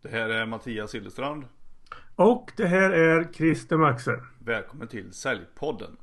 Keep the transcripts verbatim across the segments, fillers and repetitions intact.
Det här är Mattias Hillestrand. Och det här är Christer Maxer. Välkommen till Säljpodden.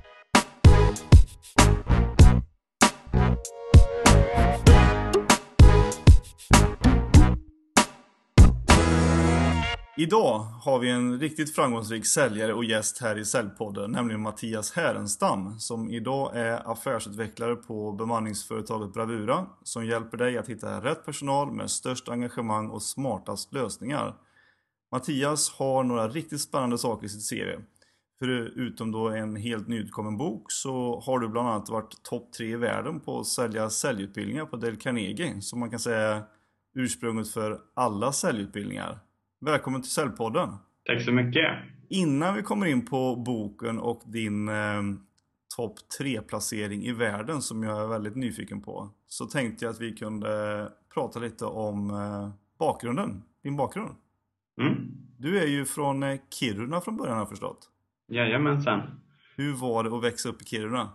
Idag har vi en riktigt framgångsrik säljare och gäst här i Säljpodden, nämligen Mattias Härenstam, som idag är affärsutvecklare på bemanningsföretaget Bravura, som hjälper dig att hitta rätt personal med störst engagemang och smartast lösningar. Mattias har några riktigt spännande saker i sitt C V. Förutom då en helt nyutkommen bok så har du bland annat varit topp tre i världen på att sälja säljutbildningar på Dale Carnegie, som man kan säga är ursprunget för alla säljutbildningar. Välkommen till Säljpodden. Tack så mycket. Innan vi kommer in på boken och din eh, topp tre placering i världen som jag är väldigt nyfiken på, så tänkte jag att vi kunde prata lite om eh, bakgrunden, din bakgrund. Mm. Du är ju från eh, Kiruna från början, har jag förstått. Jajamensan. Hur var det att växa upp i Kiruna?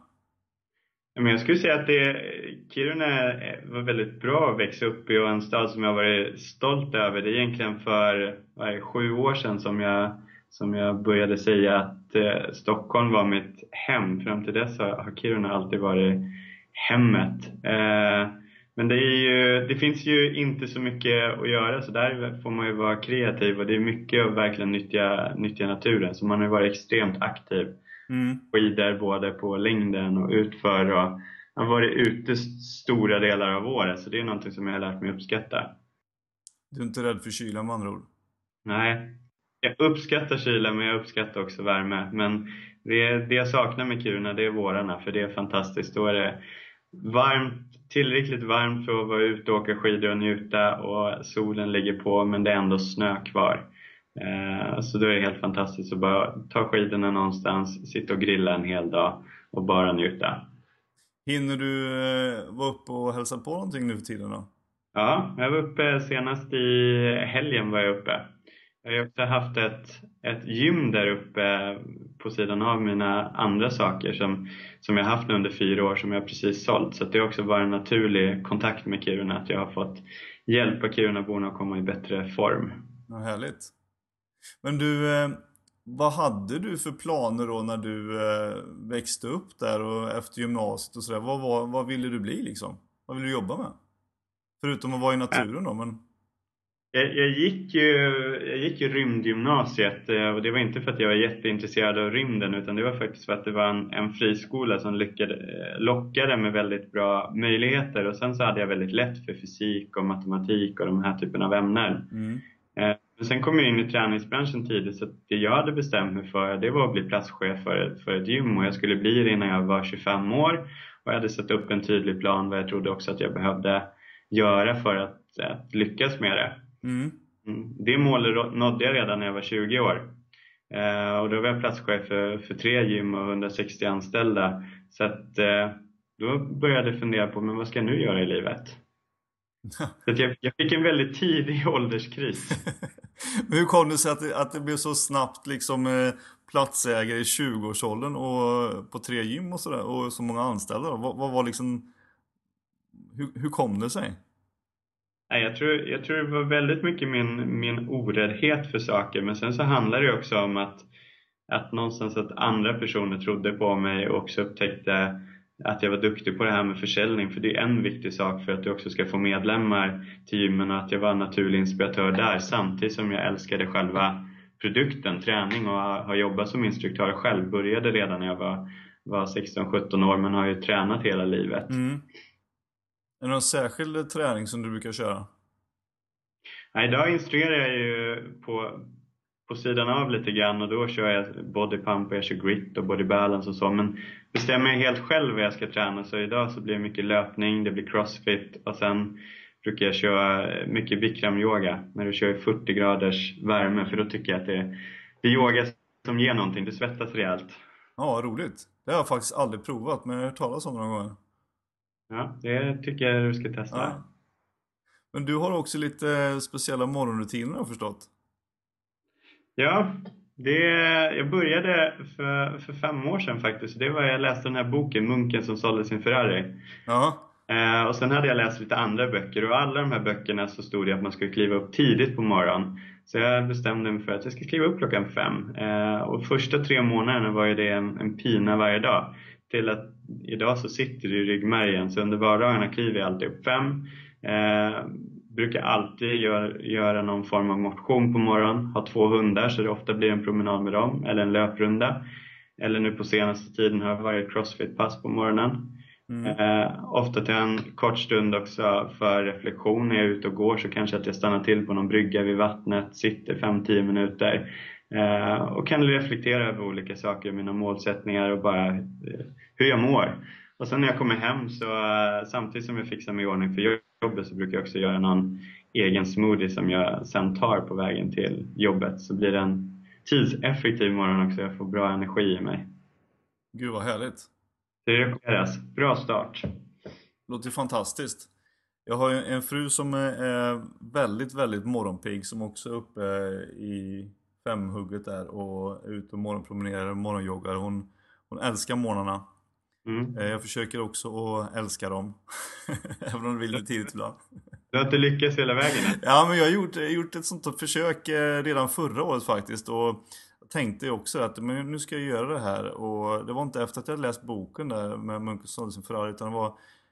Men jag skulle säga att det, Kiruna var väldigt bra att växa upp i och en stad som jag har varit stolt över. Det är egentligen för var sju år sedan som jag, som jag började säga att eh, Stockholm var mitt hem. Fram till dess har, har Kiruna alltid varit hemmet. Eh, men det, är ju, det finns ju inte så mycket att göra, så där får man ju vara kreativ. Och det är mycket att verkligen nyttja, nyttja naturen, så man har varit extremt aktiv. Mm. Skidor både på längden och utför, och jag har varit ute stora delar av året, så det är någonting som jag har lärt mig uppskatta. Du är inte rädd för kylan med andra ord? Nej, jag uppskattar kyla, men jag uppskattar också värme. Men det, det jag saknar med Kiruna, det är vårarna, för det är fantastiskt. Då är det varmt, tillräckligt varmt för att vara ute och åka skidor och njuta, och solen ligger på, men det är ändå snö kvar. Eh, så då är det helt fantastiskt att bara ta skidorna någonstans, sitta och grilla en hel dag och bara njuta. Hinner du eh, vara uppe och hälsa på någonting nu för tiden då? Ja, jag var uppe senast i helgen var jag uppe. Jag har också haft ett, ett gym där uppe på sidan av mina andra saker som, som jag haft under fyra år, som jag precis sålt. Så det har också varit en naturlig kontakt med Kiruna, att jag har fått hjälpa Kirunaborna att komma i bättre form. Ja, härligt. Men du, eh, vad hade du för planer då när du eh, växte upp där och efter gymnasiet och sådär? Vad, vad, vad ville du bli liksom? Vad ville du jobba med? Förutom att vara i naturen då, men... Jag, jag, gick ju, jag gick ju rymdgymnasiet, och det var inte för att jag var jätteintresserad av rymden, utan det var faktiskt för att det var en, en friskola som lyckade, lockade med väldigt bra möjligheter. Och sen så hade jag väldigt lätt för fysik och matematik och de här typen av ämnen. Mm. Men sen kom jag in i träningsbranschen tidigt, så det jag hade bestämt mig för, det var att bli platschef för ett, för ett gym. Och jag skulle bli det innan jag var tjugofem år. Och jag hade satt upp en tydlig plan vad jag trodde också att jag behövde göra för att, att lyckas med det. Mm. Det målet nådde jag redan när jag var tjugo år. Eh, och då var jag platschef för, för tre gym och hundrasextio anställda. Så att, eh, då började jag fundera på, men vad ska jag nu göra i livet? Så att jag, jag fick en väldigt tidig ålderskris. Men hur kom det sig att det, att det blev så snabbt liksom eh, platsägare i tjugo-årsåldern och på tre gym och sådär, och så många anställda? Vad, vad var liksom... Hur, hur kom det sig? Jag tror, jag tror det var väldigt mycket min, min oräddhet för saker. Men sen så handlar det också om att, att någonstans att andra personer trodde på mig och också upptäckte att jag var duktig på det här med försäljning. För det är en viktig sak för att du också ska få medlemmar till gymmen, och att jag var en naturlig inspiratör där. Samtidigt som jag älskade själva produkten, träning, och har jobbat som instruktör själv. Började redan när jag var, var sexton sjutton år, men har ju tränat hela livet. Mm. Är det någon särskild träning som du brukar köra? Nej, idag instruerar jag ju på, på sidan av lite grann, och då kör jag body pump och jag kör grit och body balance och så. Men bestämmer jag helt själv vad jag ska träna, så idag så blir det mycket löpning, det blir crossfit, och sen brukar jag köra mycket bikram yoga när du kör fyrtio graders värme, för då tycker jag att det, det är yoga som ger någonting, det svettas rejält. Ja, roligt. Det har jag faktiskt aldrig provat, men jag har hört talas om det någon gång. Ja, det tycker jag du ska testa. Ja. Men du har också lite speciella morgonrutiner, har jag förstått. Ja, det, jag började för, för fem år sedan faktiskt. Det var jag läste den här boken, Munken som sålde sin Ferrari. Ja. Eh, och sen hade jag läst lite andra böcker, och alla de här böckerna så stod det att man skulle kliva upp tidigt på morgonen. Så jag bestämde mig för att jag ska kliva upp klockan fem. Eh, och första tre månaderna var ju det en, en pina varje dag. Till att idag så sitter det i ryggmärgen, så under vardagarna kliver jag alltid upp fem. Eh, brukar alltid gör, göra någon form av motion på morgonen. Har två hundar, så det ofta blir en promenad med dem eller en löprunda. Eller nu på senaste tiden har jag varit crossfit-pass på morgonen. Mm. Eh, ofta till en kort stund också för reflektion. När jag är ute och går så kanske att jag stannar till på någon brygga vid vattnet, sitter fem till tio minuter eh, och kan reflektera över olika saker, mina målsättningar och bara eh, hur jag mår. Och sen när jag kommer hem så eh, samtidigt som jag fixar mig i ordning för jobbet, så brukar jag också göra någon egen smoothie som jag sen tar på vägen till jobbet. Så blir det en tidseffektiv morgon också, jag får bra energi i mig. Gud vad härligt. Det rekommenderas. Bra start. Låter fantastiskt. Jag har en fru som är väldigt, väldigt morgonpigg, som också är uppe i femhugget där och är ute och morgonpromenerar och morgonjoggar. Hon, hon älskar morgnarna. Mm. Jag försöker också att älska dem. Även om det vill lite tidigt ibland. Du har inte lyckats hela vägen? Ja, men jag har gjort, gjort ett sånt försök redan förra året faktiskt. Och tänkte jag också att men nu ska jag göra det här. Och det var inte efter att jag läst boken där med Munkes sålde sin Ferrari, utan det var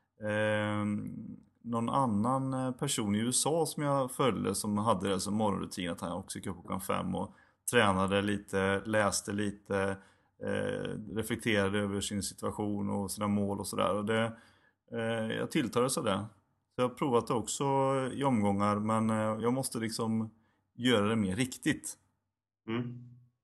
eh, någon annan person i U S A som jag följde som hade det som morgonrutin, att han också gick upp klockan fem och tränade lite, läste lite, eh, reflekterade över sin situation och sina mål och sådär. Och det, eh, jag tilltalades av det. Så jag har provat det också i omgångar, men eh, jag måste liksom göra det mer riktigt. Mm.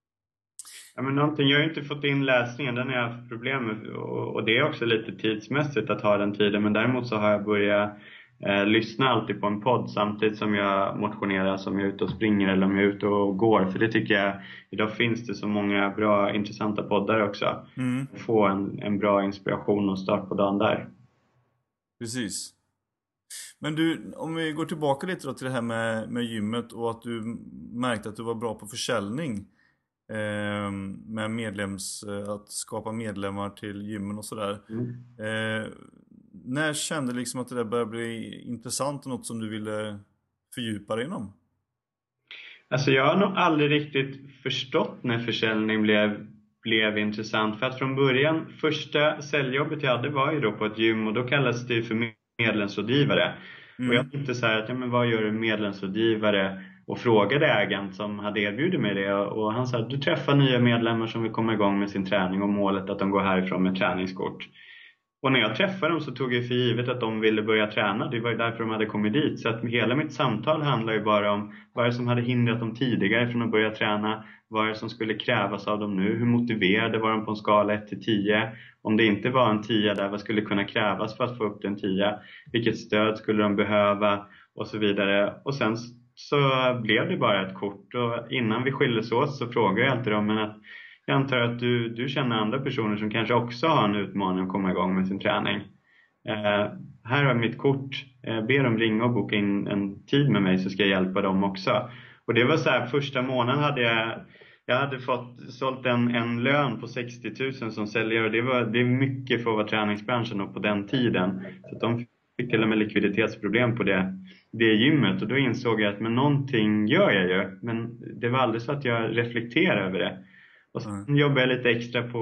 Ja, men någonting, jag har inte fått in läsningen, den har jag haft problem med, och, och det är också lite tidsmässigt att ha den tiden, men däremot så har jag börjat eh, lyssna alltid på en podd samtidigt som jag motionerar, som jag är ute och springer eller om jag är ute och går, för det tycker jag, idag finns det så många bra intressanta poddar också. Mm. Få en, en bra inspiration och start på dagen där. Precis. Men du, om vi går tillbaka lite då till det här med, med gymmet och att du märkte att du var bra på försäljning. Eh, med medlems, eh, att skapa medlemmar till gymmen och sådär. Mm. Eh, när kände liksom att det där började bli intressant och något som du ville fördjupa dig inom? Alltså jag har nog aldrig riktigt förstått när försäljning blev, blev intressant. För att från början, första säljjobbet jag hade var ju då på ett gym, och då kallades det för medlemsrådgivare. Mm. Och jag tänkte så här att, ja, men vad gör en medlemsrådgivare? Och frågade ägaren som hade erbjudit mig det, och han sa att du träffar nya medlemmar som vill komma igång med sin träning, och målet att de går härifrån med träningskort. Och när jag träffade dem så tog jag för givet att de ville börja träna. Det var ju därför de hade kommit dit. Så att hela mitt samtal handlar ju bara om vad det som hade hindrat dem tidigare från att börja träna. Vad det som skulle krävas av dem nu. Hur motiverade var de på en skala ett till tio? Om det inte var en tio där, vad skulle kunna krävas för att få upp den tio? Vilket stöd skulle de behöva? Och så vidare. Och sen så blev det bara ett kort, och innan vi skildes åt så frågade jag alltid dem, men att jag antar att du, du känner andra personer som kanske också har en utmaning att komma igång med sin träning. Eh, här har mitt kort, eh, ber dem ringa och boka in en tid med mig så ska jag hjälpa dem också. Och det var så här, första månaden hade jag, jag hade fått sålt en, en lön på sextio tusen som säljare, och det var, det är mycket för att vara träningsbranschen och på den tiden. Så att de fick till och med likviditetsproblem på det. det gymmet, och då insåg jag att men någonting gör jag ju, men det var aldrig så att jag reflekterade över det. Och sen mm. jobbade jag lite extra på,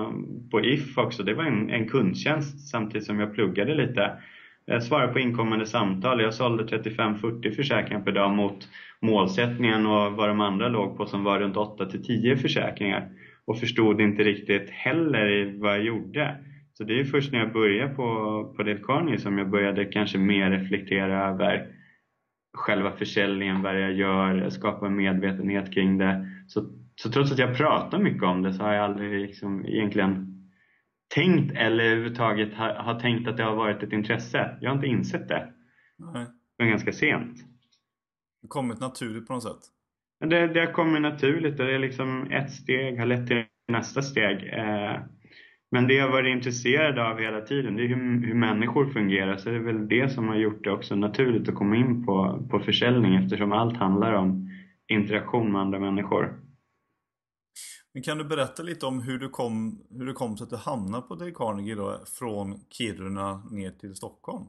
på I F också. Det var en, en kundtjänst samtidigt som jag pluggade lite. Jag svarade på inkommande samtal. Jag sålde trettiofem till fyrtio försäkringar per dag mot målsättningen och vad de andra låg på som var runt åtta till tio försäkringar. Och förstod inte riktigt heller vad jag gjorde. Så det är först när jag började på, på Dale Carnegie som jag började kanske mer reflektera över själva försäljningen, vad jag gör, skapa en medvetenhet kring det. Så, så trots att jag pratar mycket om det så har jag aldrig liksom egentligen tänkt eller överhuvudtaget har, har tänkt att det har varit ett intresse. Jag har inte insett det. Nej. Det är ganska sent. Det har kommit naturligt på något sätt. Det, det har kommit naturligt och det är liksom ett steg har lett till nästa steg. Eh, Men det jag varit intresserad av hela tiden, det är hur, hur människor fungerar. Så det är väl det som har gjort det också naturligt att komma in på, på försäljning. Eftersom allt handlar om interaktion med andra människor. Men kan du berätta lite om hur du kom, hur det kom sig att du hamnade på Dale Carnegie då, från Kiruna ner till Stockholm?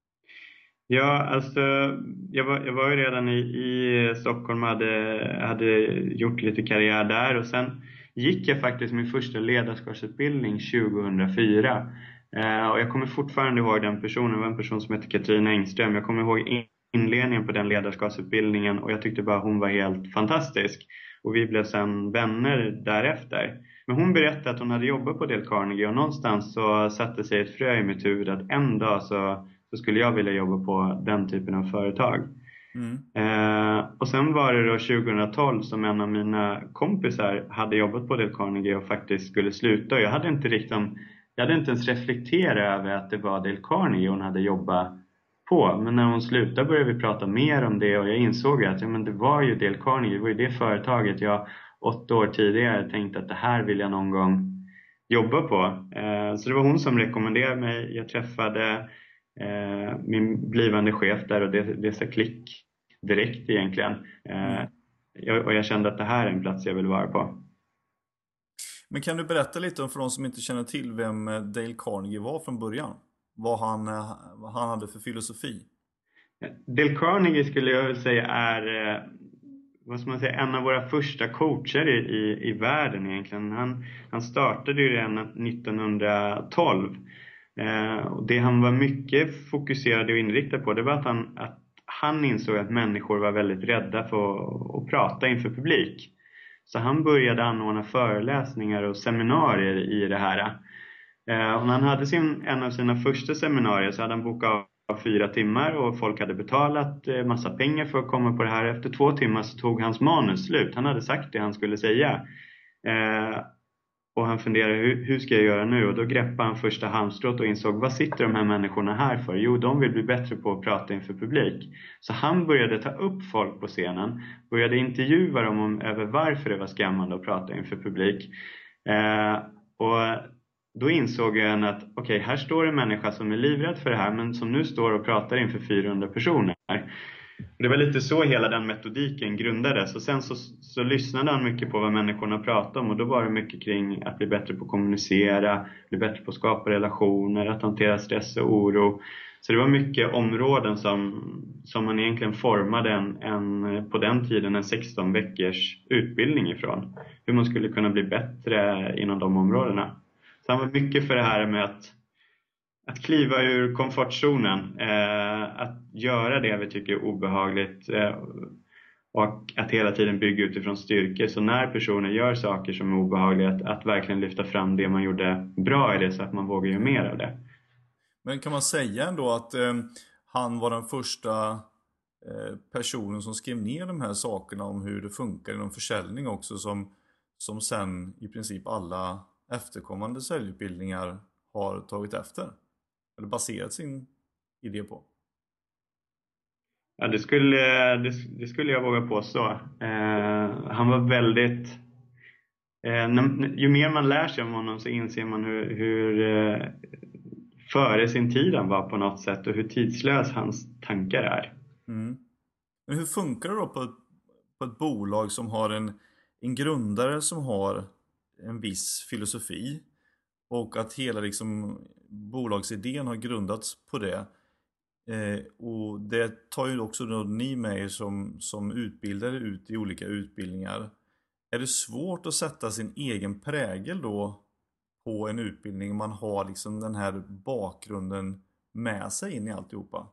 Ja, alltså jag var, jag var ju redan i, i Stockholm och hade, hade gjort lite karriär där, och sen gick jag faktiskt min första ledarskapsutbildning tjugohundrafyra. Eh, och jag kommer fortfarande ihåg den personen, det var en person som heter Katrina Engström. Jag kommer ihåg in, inledningen på den ledarskapsutbildningen och jag tyckte bara hon var helt fantastisk. Och vi blev sedan vänner därefter. Men hon berättade att hon hade jobbat på Dale Carnegie och någonstans så satte sig ett frö i mitt huvud att en dag så, så skulle jag vilja jobba på den typen av företag. Mm. Eh, och sen var det då tjugohundratolv som en av mina kompisar hade jobbat på Dale Carnegie och faktiskt skulle sluta. Och jag hade inte riktigt, jag hade inte ens reflekterat över att det var Dale Carnegie hon hade jobbat på. Men när hon slutade började vi prata mer om det och jag insåg att ja, men det var ju Dale Carnegie, det var ju det företaget jag åtta år tidigare tänkte att det här vill jag någon gång jobba på. Eh, så det var hon som rekommenderade mig. Jag träffade eh, min blivande chef där och det, det sa klick direkt egentligen. Eh, jag, och jag kände att det här är en plats jag vill vara på. Men kan du berätta lite om för de som inte känner till vem Dale Carnegie var från början? Vad han, vad han hade för filosofi? Dale Carnegie skulle jag vilja säga är vad ska man säga, en av våra första coacher i, i, i världen egentligen. Han, han startade ju redan nittonhundratolv. Eh, och det han var mycket fokuserad och inriktad på det var att han, att han insåg att människor var väldigt rädda för att, att prata inför publik. Så han började anordna föreläsningar och seminarier i det här. Eh, och när han hade sin, en av sina första seminarier så hade han bokat av fyra timmar och folk hade betalat eh, massa pengar för att komma på det här. Efter två timmar så tog hans manus slut. Han hade sagt det han skulle säga. Eh, och han funderade, hur, hur ska jag göra nu? Och då greppade han första halmstrået och insåg, vad sitter de här människorna här för? Jo, de vill bli bättre på att prata inför publik. Så han började ta upp folk på scenen. Började intervjua dem om, över varför det var skrämmande att prata inför publik. Eh, och då insåg jag att okej, okay, här står en människa som är livrädd för det här men som nu står och pratar inför fyrahundra personer. Och det var lite så hela den metodiken grundades. Och sen så, så lyssnade han mycket på vad människorna pratade om. Och då var det mycket kring att bli bättre på att kommunicera, bli bättre på att skapa relationer, att hantera stress och oro. Så det var mycket områden som, som man egentligen formade en, en, på den tiden en sexton veckors utbildning ifrån. Hur man skulle kunna bli bättre inom de områdena. Så han var mycket för det här med att, att kliva ur komfortzonen. Eh, att göra det vi tycker är obehagligt. Eh, och att hela tiden bygga utifrån styrkor. Så när personer gör saker som är obehagliga. Att, att verkligen lyfta fram det man gjorde bra i det. Så att man vågar göra mer av det. Men kan man säga ändå att eh, han var den första eh, personen som skrev ner de här sakerna. Om hur det funkar inom försäljning också. Som, som sen i princip alla efterkommande säljutbildningar har tagit efter eller baserat sin idé på? Ja, det skulle, det, det skulle jag våga påstå. Eh, han var väldigt eh, när, ju mer man lär sig om honom så inser man hur, hur eh, före sin tid han var på något sätt och hur tidslös hans tankar är. Mm. Men hur funkar det då på ett, på ett bolag som har en, en grundare som har en viss filosofi och att hela liksom bolagsidén har grundats på det, eh, och det tar ju också då ni med er som, som utbildare ut i olika utbildningar. Är det svårt att sätta sin egen prägel då på en utbildning man har liksom den här bakgrunden med sig in i alltihopa?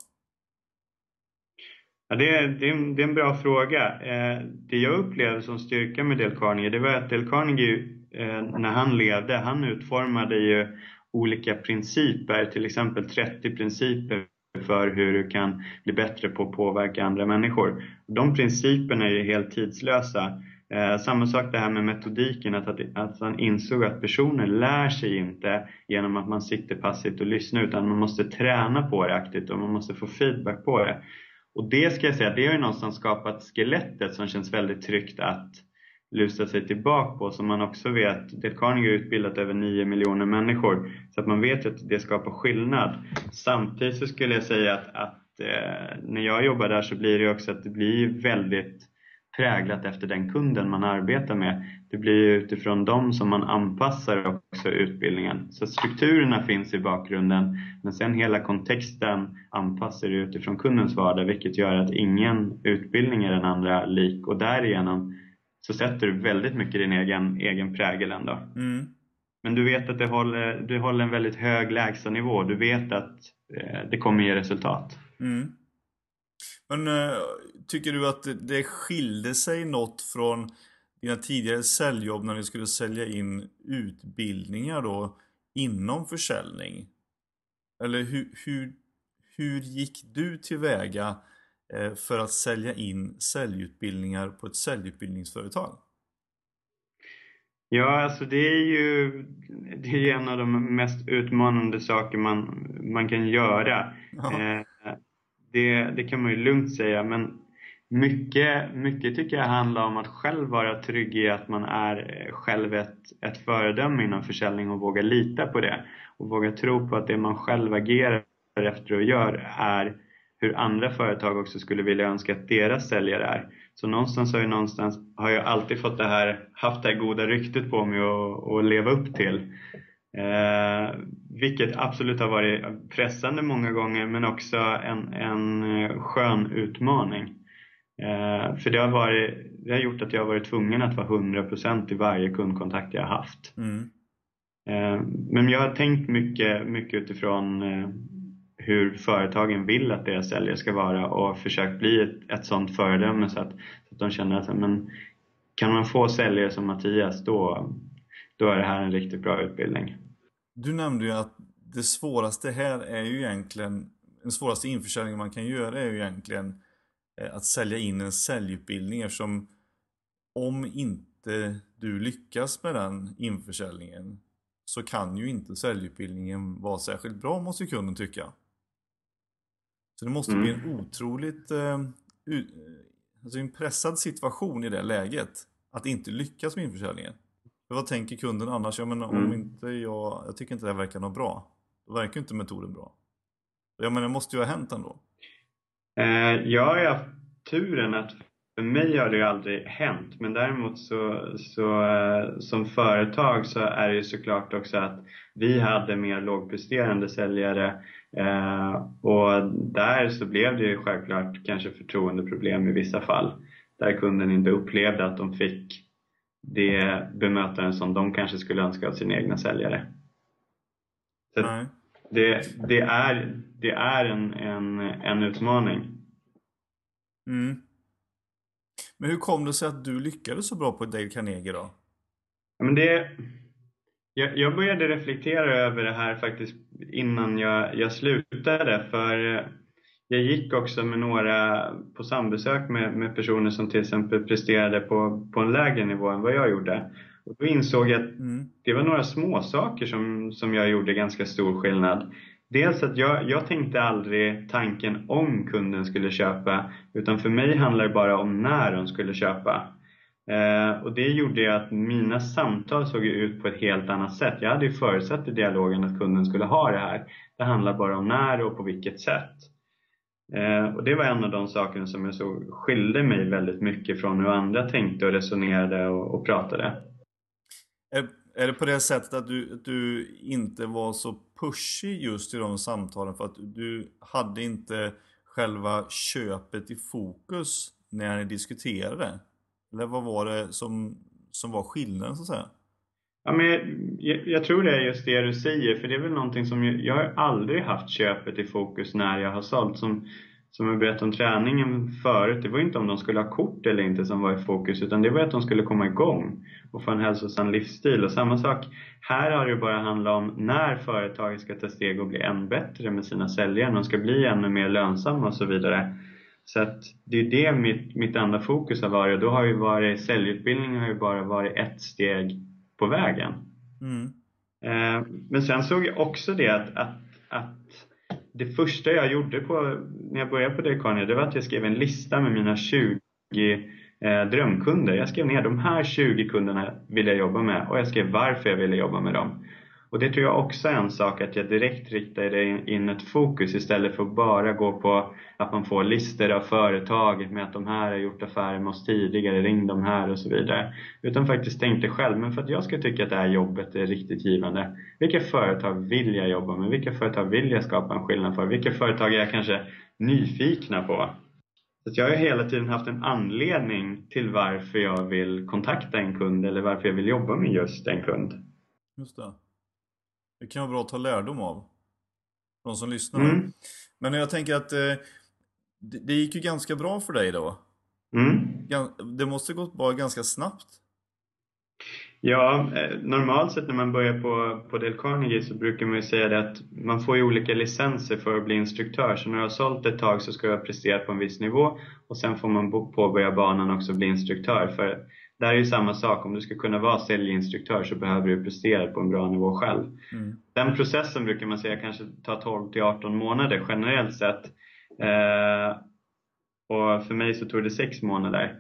Ja, det, är, det, är en, det är en bra fråga. Eh, det jag upplevde som styrka med Dale Carnegie, det var att Dale Carnegie eh, när han levde, han utformade ju olika principer, till exempel trettio principer för hur du kan bli bättre på att påverka andra människor. De principerna är ju helt tidslösa. Eh, samma sak det här med metodiken, att, att, att han insåg att personer lär sig inte genom att man sitter passivt och lyssnar, utan man måste träna på det aktivt och man måste få feedback på det. Och det ska jag säga, det har ju någonstans skapat skelettet som känns väldigt tryggt att lusta sig tillbaka på. Som man också vet, Dale Carnegie har utbildat över nio miljoner människor. Så att man vet att det skapar skillnad. Samtidigt så skulle jag säga att, att eh, när jag jobbar där så blir det också att det blir väldigt präglat efter den kunden man arbetar med. Det blir utifrån dem som man anpassar också utbildningen. Så strukturerna finns i bakgrunden, men sen hela kontexten anpassar utifrån kundens vardag, vilket gör att ingen utbildning är den andra lik, och därigenom så sätter du väldigt mycket din egen, egen prägel ändå. Mm. Men du vet att det håller, du håller en väldigt hög lägstanivå. Du vet att eh, det kommer ge resultat. Mm. Men äh, tycker du att det, det skilde sig något från dina tidigare säljjobb när ni skulle sälja in utbildningar då inom försäljning? Eller hur, hur, hur gick du tillväga eh, för att sälja in säljutbildningar på ett säljutbildningsföretag? Ja, alltså det är ju det är en av de mest utmanande saker man, man kan göra. Eh, det, det kan man ju lugnt säga, men mycket, mycket tycker jag handlar om att själv vara trygg i att man är själv ett, ett föredöme inom försäljning och våga lita på det. Och våga tro på att det man själv agerar efter och gör är hur andra företag också skulle vilja önska att deras säljare är. Så någonstans har jag, någonstans har jag alltid fått det här, haft det här goda ryktet på mig att, att leva upp till. Eh, vilket absolut har varit pressande många gånger, men också en, en skön utmaning. Eh, för det har, varit, det har gjort att jag har varit tvungen att vara hundra procent i varje kundkontakt jag har haft. Mm. Eh, men jag har tänkt mycket, mycket utifrån eh, hur företagen vill att deras säljare ska vara, och försökt bli ett, ett sånt föredöme så att, så att de känner att men, kan man få säljare som Mattias, då, då är det här en riktigt bra utbildning. Du nämnde ju att det svåraste här är ju egentligen, den svåraste införsäljningen man kan göra är ju egentligen att sälja in en säljutbildning, eftersom om inte du lyckas med den införsäljningen så kan ju inte säljutbildningen vara särskilt bra, måste kunden tycka. Så det måste mm. bli en otroligt eh, u- alltså en pressad situation i det läget att inte lyckas med införsäljningen. För vad tänker kunden annars? Jag menar, mm. om inte jag, jag tycker inte det verkar något bra. Då verkar inte metoden bra. Jag menar, det måste ju ha hänt ändå. Eh, jag har haft turen att för mig har det ju aldrig hänt. Men däremot så, så eh, som företag så är det ju såklart också att vi hade mer lågpresterande säljare. Eh, och där så blev det ju självklart kanske förtroendeproblem i vissa fall. Där kunden inte upplevde att de fick det bemötande som de kanske skulle önska av sina egna säljare. Så Nej. Det, det är, det är en, en, en utmaning. Mm. Men hur kom det sig att du lyckades så bra på Dale Carnegie då? Ja, men det, jag, jag började reflektera över det här faktiskt innan jag, jag slutade. För jag gick också med några på sambesök med, med personer som till exempel presterade på, på en lägre nivå än vad jag gjorde. Och då insåg jag att mm. det var några små saker som, som jag gjorde ganska stor skillnad. Dels att jag, jag tänkte aldrig tanken om kunden skulle köpa, utan för mig handlar det bara om när de skulle köpa. Eh, och det gjorde att mina samtal såg ut på ett helt annat sätt. Jag hade ju förutsatt i dialogen att kunden skulle ha det här. Det handlar bara om när och på vilket sätt. Eh, och det var en av de sakerna som jag såg skilde mig väldigt mycket från hur andra tänkte och resonerade och, och pratade. Är, är det på det sättet att du, att du inte var så pushig just i de samtalen för att du hade inte själva köpet i fokus när ni diskuterade? Eller vad var det som, som var skillnaden så att säga? Ja, men jag, jag tror det är just det du säger, för det är väl någonting som jag, jag har aldrig haft köpet i fokus när jag har sålt. Som, som jag berättade om träningen förut, det var inte om de skulle ha kort eller inte som var i fokus, utan det var att de skulle komma igång och få en hälsosam livsstil. Och samma sak, här har det bara handlat om när företaget ska ta steg och bli än bättre med sina säljare, de ska bli ännu mer lönsamma och så vidare. Så att det är det mitt, mitt enda fokus har varit. Då har ju varit säljutbildning har ju bara varit ett steg på vägen. Mm. Eh, men sen såg jag också det att, att, att det första jag gjorde på, när jag började på Dale Carnegie, det var att jag skrev en lista med mina tjugo eh, drömkunder. Jag skrev ner de här tjugo kunderna vill jag jobba med, och jag skrev varför jag ville jobba med dem. Och det tror jag också är en sak, att jag direkt riktar in ett fokus istället för att bara gå på att man får listor av företaget med att de här har gjort affärer med oss tidigare, ring de här och så vidare. Utan faktiskt tänkte själv, men för att jag ska tycka att det här jobbet är riktigt givande. Vilka företag vill jag jobba med? Vilka företag vill jag skapa en skillnad för? Vilka företag är jag kanske nyfikna på? Så jag har hela tiden haft en anledning till varför jag vill kontakta en kund eller varför jag vill jobba med just en kund. Just det. Det kan vara bra att ta lärdom av de som lyssnar. Mm. Men jag tänker att eh, det, det gick ju ganska bra för dig då. Mm. Gan- det måste gått bara ganska snabbt. Ja, eh, normalt sett när man börjar på, på Dale Carnegie så brukar man ju säga det att man får ju olika licenser för att bli instruktör. Så när du har sålt ett tag så ska du ha presterat på en viss nivå och sen får man bo- påbörja banan också och bli instruktör. För det är ju samma sak, om du ska kunna vara säljinstruktör så behöver du prestera på en bra nivå själv. Mm. Den processen brukar man säga kanske tar tolv till arton månader generellt sett. Eh, och för mig så tog det sex månader.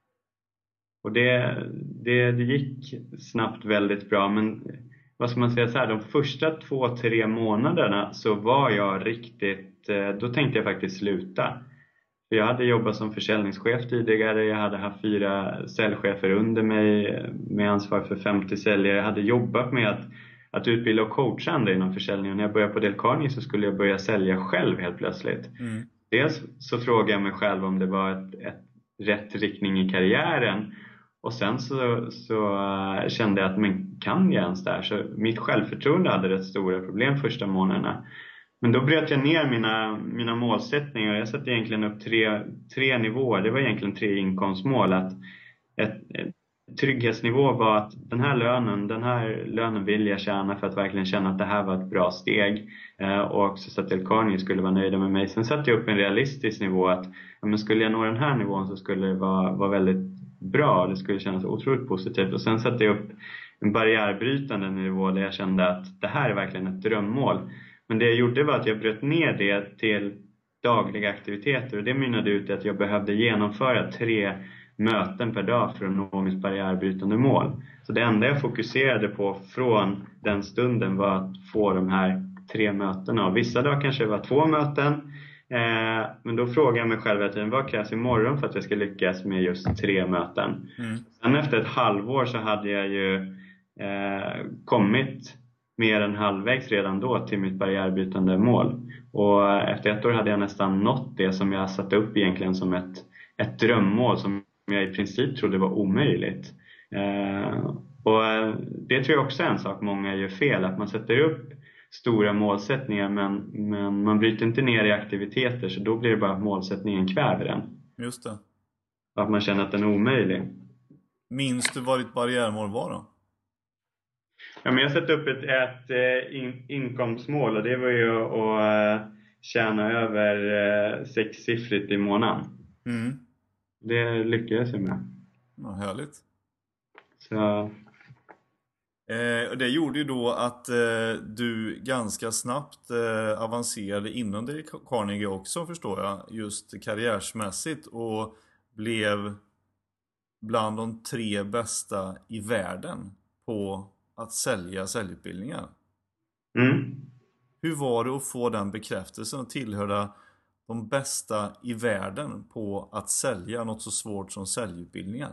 Och det, det, det gick snabbt väldigt bra, men vad ska man säga så här, de första två, tre månaderna så var jag riktigt, då tänkte jag faktiskt sluta. För jag hade jobbat som försäljningschef tidigare, jag hade haft fyra säljchefer under mig med ansvar för femtio säljare. Jag hade jobbat med att, att utbilda och coacha andra inom försäljning, och när jag började på Dale Carnegie så skulle jag börja sälja själv helt plötsligt. Mm. Dels så frågade jag mig själv om det var ett, ett rätt riktning i karriären. Och sen så, så uh, kände jag att man kan jag ens där. Så mitt självförtroende hade rätt stora problem första månaderna. Men då bröt jag ner mina, mina målsättningar. Jag satte egentligen upp tre, tre nivåer. Det var egentligen tre inkomstmål. Att ett, ett trygghetsnivå var att den här lönen, den här lönen vill jag tjäna för att verkligen känna att det här var ett bra steg. Uh, och också så att Dale Carnegie skulle vara nöjda med mig. Sen satte jag upp en realistisk nivå. Att ja, men skulle jag nå den här nivån så skulle det vara, vara väldigt bra, det skulle kännas otroligt positivt. Och sen satte jag upp en barriärbrytande nivå där jag kände att det här är verkligen ett drömmål. Men det jag gjorde var att jag bröt ner det till dagliga aktiviteter, och det mynnade ut i att jag behövde genomföra tre möten per dag för att nå mitt barriärbrytande mål. Så det enda jag fokuserade på från den stunden var att få de här tre mötena. Och vissa dagar kanske det var två möten. Eh, men då frågar jag mig själv att vad krävs imorgon för att jag ska lyckas med just tre möten. Mm. Sen efter ett halvår så hade jag ju eh, kommit mer än halvvägs redan då till mitt barriärbytande mål. Och efter ett år hade jag nästan nått det som jag satte upp egentligen som ett, ett drömmål som jag i princip trodde var omöjligt. Eh, och det tror jag också är en sak många gör fel, att man sätter upp stora målsättningar men, men man bryter inte ner i aktiviteter, så då blir det bara att målsättningen kväver den. Just det. Och att man känner att den är omöjlig. Minns du vad ditt barriärmål var då? Ja, men jag satte upp ett, ett eh, in, inkomstmål, och det var ju att eh, tjäna över eh, sexsiffrigt i månaden. Mm. Det lyckades jag med. Ja, härligt. Så... Eh, och det gjorde ju då att eh, du ganska snabbt eh, avancerade inom Dale Carnegie också, förstår jag, just karriärsmässigt, och blev bland de tre bästa i världen på att sälja säljutbildningar. Mm. Hur var det att få den bekräftelsen och tillhöra de bästa i världen på att sälja något så svårt som säljutbildningar?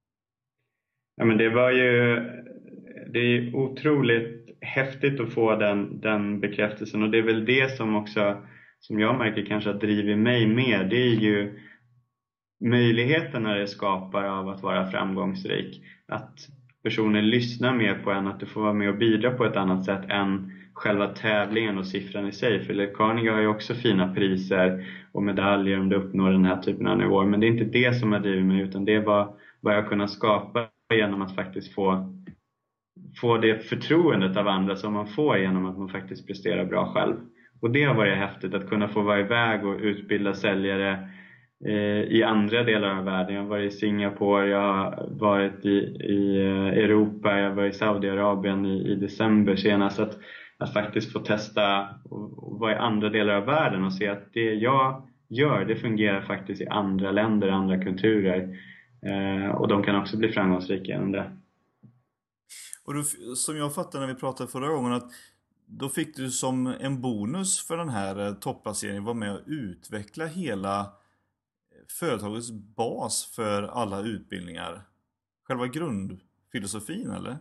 Ja, men det var ju det är otroligt häftigt att få den, den bekräftelsen, och det är väl det som också, som jag märker kanske har drivit mig mer. Det är ju möjligheterna det skapar av att vara framgångsrik. Att personer lyssnar mer på en, att du får vara med och bidra på ett annat sätt än själva tävlingen och siffran i sig. För Dale Carnegie har ju också fina priser och medaljer om du uppnår den här typen av nivåer. Men det är inte det som har drivit mig, utan det är vad, vad jag kunnat skapa genom att faktiskt få, få det förtroendet av andra som man får genom att man faktiskt presterar bra själv. Och det har varit häftigt att kunna få vara iväg och utbilda säljare eh, i andra delar av världen. Jag har varit i Singapore, jag har varit i, i Europa, jag var i Saudiarabien i, i december senast. Att, att faktiskt få testa och, och vara i andra delar av världen och se att det jag gör, det fungerar faktiskt i andra länder, andra kulturer. Eh, och de kan också bli framgångsrika genom det. Och du, som jag fattade när vi pratade förra gången, att då fick du som en bonus för den här eh, topplaceringen vara med och utveckla hela företagets bas för alla utbildningar. Själva grundfilosofin, eller?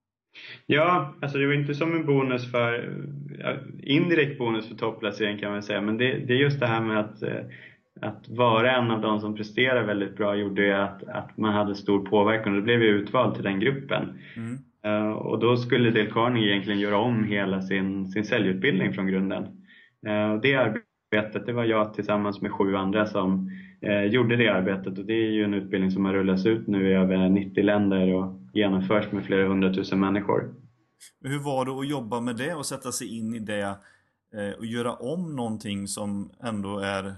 Ja, alltså det var inte som en bonus för, ja, indirekt bonus för topplacering kan man säga, men det, det är just det här med att, eh, att vara en av de som presterar väldigt bra gjorde ju att, att man hade stor påverkan, och då blev jag utvald till den gruppen. Mm. Uh, och då skulle Dale Carnegie egentligen göra om hela sin, sin säljutbildning från grunden. Uh, och det arbetet, det var jag tillsammans med sju andra som uh, gjorde det arbetet, och det är ju en utbildning som har rullats ut nu i över nittio länder och genomförs med flera hundratusen människor. Hur var det att jobba med det och sätta sig in i det eh, och göra om någonting som ändå är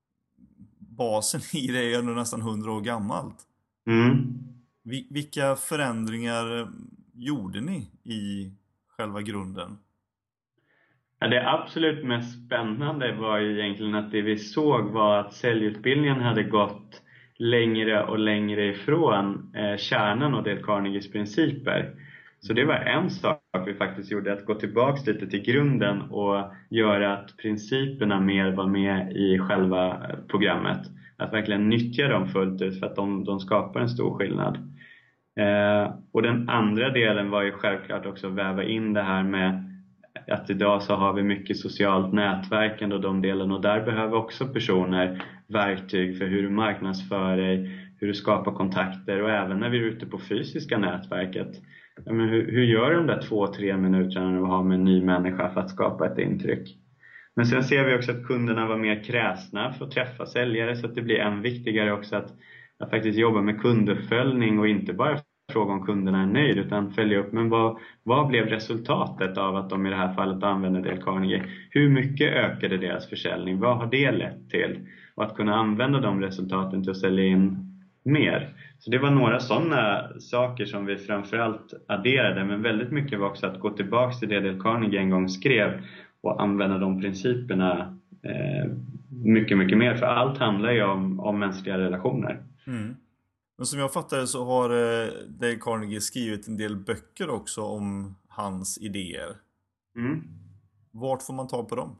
basen i det, är ändå nästan hundra år gammalt? Mm. Vi, vilka förändringar gjorde ni i själva grunden? Ja, det absolut mest spännande var ju egentligen att det vi såg var att säljutbildningen hade gått längre och längre ifrån eh, kärnan och Dale Carnegies principer. Så det var en sak vi faktiskt gjorde, att gå tillbaka lite till grunden och göra att principerna mer var med i själva programmet. Att verkligen nyttja dem fullt ut, för att de, de skapar en stor skillnad. Eh, och den andra delen var ju självklart också att väva in det här med att idag så har vi mycket socialt nätverkande och de delarna, och där behöver också personer verktyg för hur du marknadsför dig, hur du skapar kontakter, och även när vi är ute på fysiska nätverket. Ja, men hur, hur gör du de där två, tre minuterna när du har med en ny människa för att skapa ett intryck? Men sen ser vi också att kunderna var mer kräsna för att träffa säljare, så att det blir än viktigare också att, att faktiskt jobba med kunduppföljning och inte bara fråga om kunderna är nöjd, utan följa upp, men vad, vad blev resultatet av att de i det här fallet använder Dale Carnegie? Hur mycket ökade deras försäljning? Vad har det lett till? Och att kunna använda de resultaten till att sälja in mer. Så det var några sådana saker som vi framförallt adderade, men väldigt mycket var också att gå tillbaka till det Dale Carnegie en gång skrev och använda de principerna eh, mycket, mycket mer. För allt handlar ju om, om mänskliga relationer. Mm. Men som jag fattade så har eh, Dale Carnegie skrivit en del böcker också om hans idéer. Mm. Vart får man ta på dem?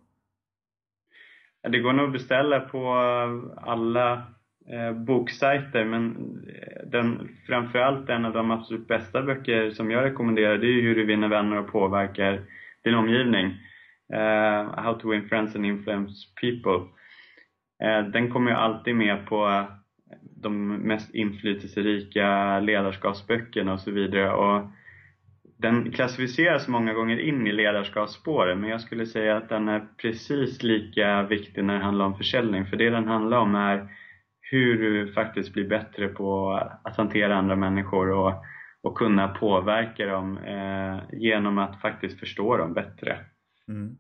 Ja, det går nog att beställa på alla eh, boksajter, men den, framförallt en av de absolut bästa böcker som jag rekommenderar, det är hur du vinner vänner och påverkar din omgivning. Uh, How to win friends and influence people. Uh, den kommer ju alltid med på de mest inflytelserika ledarskapsböckerna och så vidare, och den klassificeras många gånger in i ledarskapsspåren, men jag skulle säga att den är precis lika viktig när det handlar om försäljning, för det den handlar om är hur du faktiskt blir bättre på att hantera andra människor och, och kunna påverka dem eh, genom att faktiskt förstå dem bättre. Mm.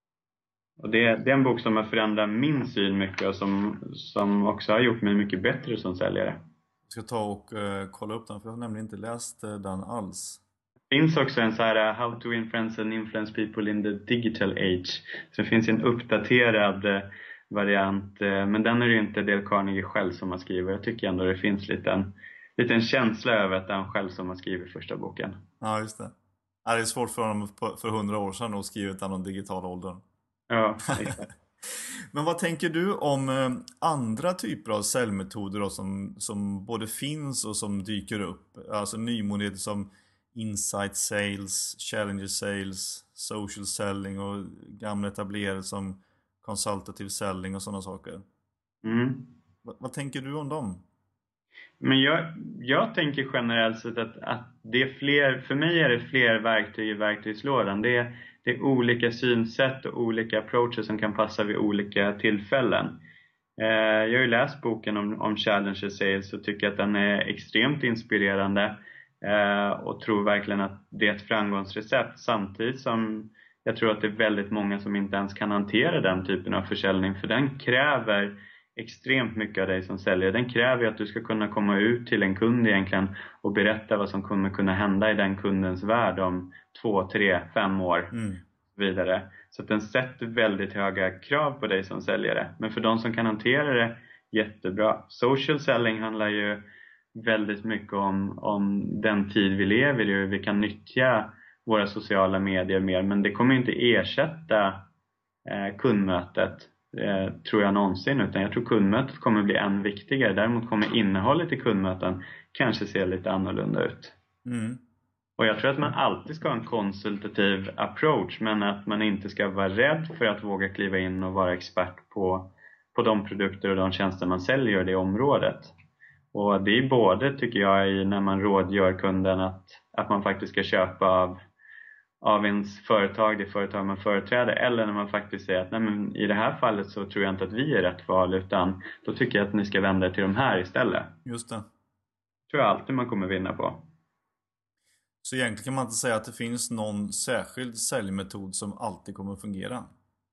Och det, det är en bok som har förändrat min syn mycket, och som, som också har gjort mig mycket bättre som säljare. Jag ska ta och uh, kolla upp den, för jag har nämligen inte läst uh, den alls. Det finns också en så här uh, How to win friends and influence people in the digital age. Så det finns en uppdaterad uh, variant, uh, men den är ju inte Dale Carnegie själv som har skrivit. Jag tycker ändå det finns lite liten känsla över att det är han själv som har skrivit första boken. Ja, just det. Ja, det är svårt för honom för hundra år sedan att skriva den om digitala åldern. Ja, exakt. Men vad tänker du om eh, andra typer av säljmetoder då, som, som både finns och som dyker upp? Alltså nymodigheter som insight sales, challenger sales, social selling och gamla etablerade som consultative selling och sådana saker. Mm. Va, vad tänker du om dem? Men jag, jag tänker generellt sett att, att det är fler, för mig är det fler verktyg i verktygslådan. Det är, det är olika synsätt och olika approacher som kan passa vid olika tillfällen. Eh, jag har ju läst boken om, om Challenger Sales och tycker att den är extremt inspirerande. Eh, och tror verkligen att det är ett framgångsrecept, samtidigt som jag tror att det är väldigt många som inte ens kan hantera den typen av försäljning. För den kräver extremt mycket av dig som säljare. Den kräver att du ska kunna komma ut till en kund egentligen och berätta vad som kommer kunna hända i den kundens värld om två, tre, fem år Mm. vidare. Så att den sätter väldigt höga krav på dig som säljare. Men för de som kan hantera det, jättebra. Social selling handlar ju väldigt mycket om, om den tid vi lever i och hur vi kan nyttja våra sociala medier mer. Men det kommer inte ersätta eh, kundmötet, eh, tror jag någonsin. Utan jag tror kundmötet kommer bli än viktigare. Däremot kommer innehållet i kundmöten kanske se lite annorlunda ut. Mm. Och jag tror att man alltid ska ha en konsultativ approach, men att man inte ska vara rädd för att våga kliva in och vara expert på, på de produkter och de tjänster man säljer i det området. Och det är både, tycker jag, i när man rådgör kunden att, att man faktiskt ska köpa av, av ens företag, det företag man företräder, eller när man faktiskt säger att nej, men i det här fallet så tror jag inte att vi är rätt val, utan då tycker jag att ni ska vända er till de här istället. Just det. Tror jag alltid man kommer vinna på. Så egentligen kan man inte säga att det finns någon särskild säljmetod som alltid kommer att fungera.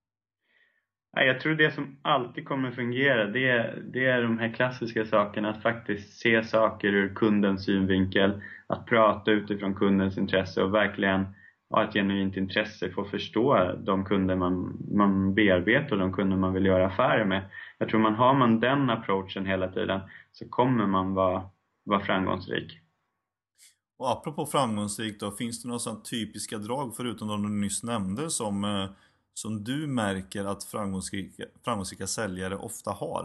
Nej, jag tror det som alltid kommer fungera, det är, det är de här klassiska sakerna. Att faktiskt se saker ur kundens synvinkel. Att prata utifrån kundens intresse och verkligen ha ett genuint intresse för att förstå de kunder man, man bearbetar och de kunder man vill göra affärer med. Jag tror man har man den approachen hela tiden så kommer man vara, vara framgångsrik. Och apropå framgångsrik då, finns det några sådana typiska drag förutom de du nyss nämnde som, eh, som du märker att framgångsrika, framgångsrika säljare ofta har?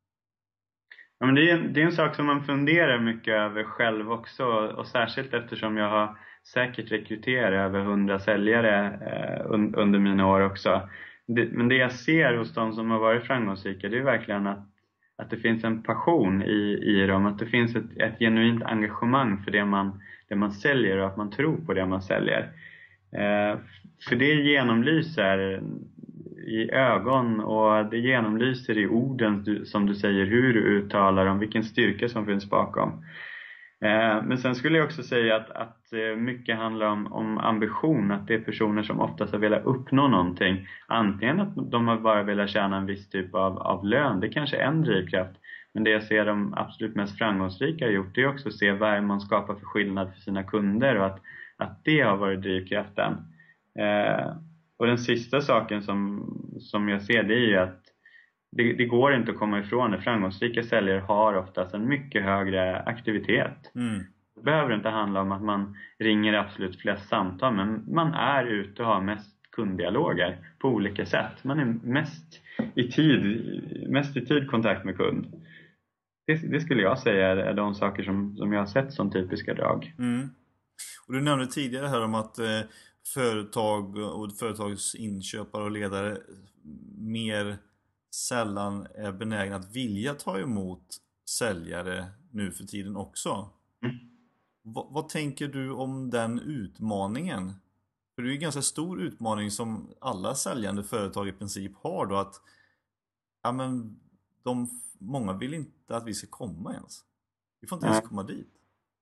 Ja, men det, är en, det är en sak som man funderar mycket över själv också, och särskilt eftersom jag har säkert rekryterat över hundra säljare eh, un, under mina år också. Det, men det jag ser hos de som har varit framgångsrika, det är verkligen att, att det finns en passion i, i dem, att det finns ett, ett genuint engagemang för det man, det man säljer och att man tror på det man säljer. Eh, för det genomlyser i ögon och det genomlyser i orden du, som du säger, hur du uttalar dem, vilken styrka som finns bakom. Eh, men sen skulle jag också säga att, att mycket handlar om, om ambition, att det är personer som oftast har velat uppnå någonting. Antingen att de har bara velat tjäna en viss typ av, av lön, det kanske är en drivkraft. Men det jag ser de absolut mest framgångsrika har gjort, det är också att se vad man skapar för skillnad för sina kunder och att, att det har varit drivkraften. Eh, och den sista saken som, som jag ser, det är ju att det, det går inte att komma ifrån det. Framgångsrika säljare har oftast en mycket högre aktivitet. Mm. Det behöver inte handla om att man ringer absolut flest samtal, men man är ute och har mest kunddialoger på olika sätt. Man är mest i tid, mest i tid kontakt med kund. Det, det skulle jag säga är de saker som, som jag har sett som typiska drag. Mm. Och du nämnde tidigare här om att eh, företag och företags inköpare och ledare mer sällan är benägna att vilja ta emot säljare nu för tiden också. Mm. Va, vad tänker du om den utmaningen? För det är ju en ganska stor utmaning som alla säljande företag i princip har då, att ja, men de, många vill inte att vi ska komma ens. Vi får inte ens komma dit.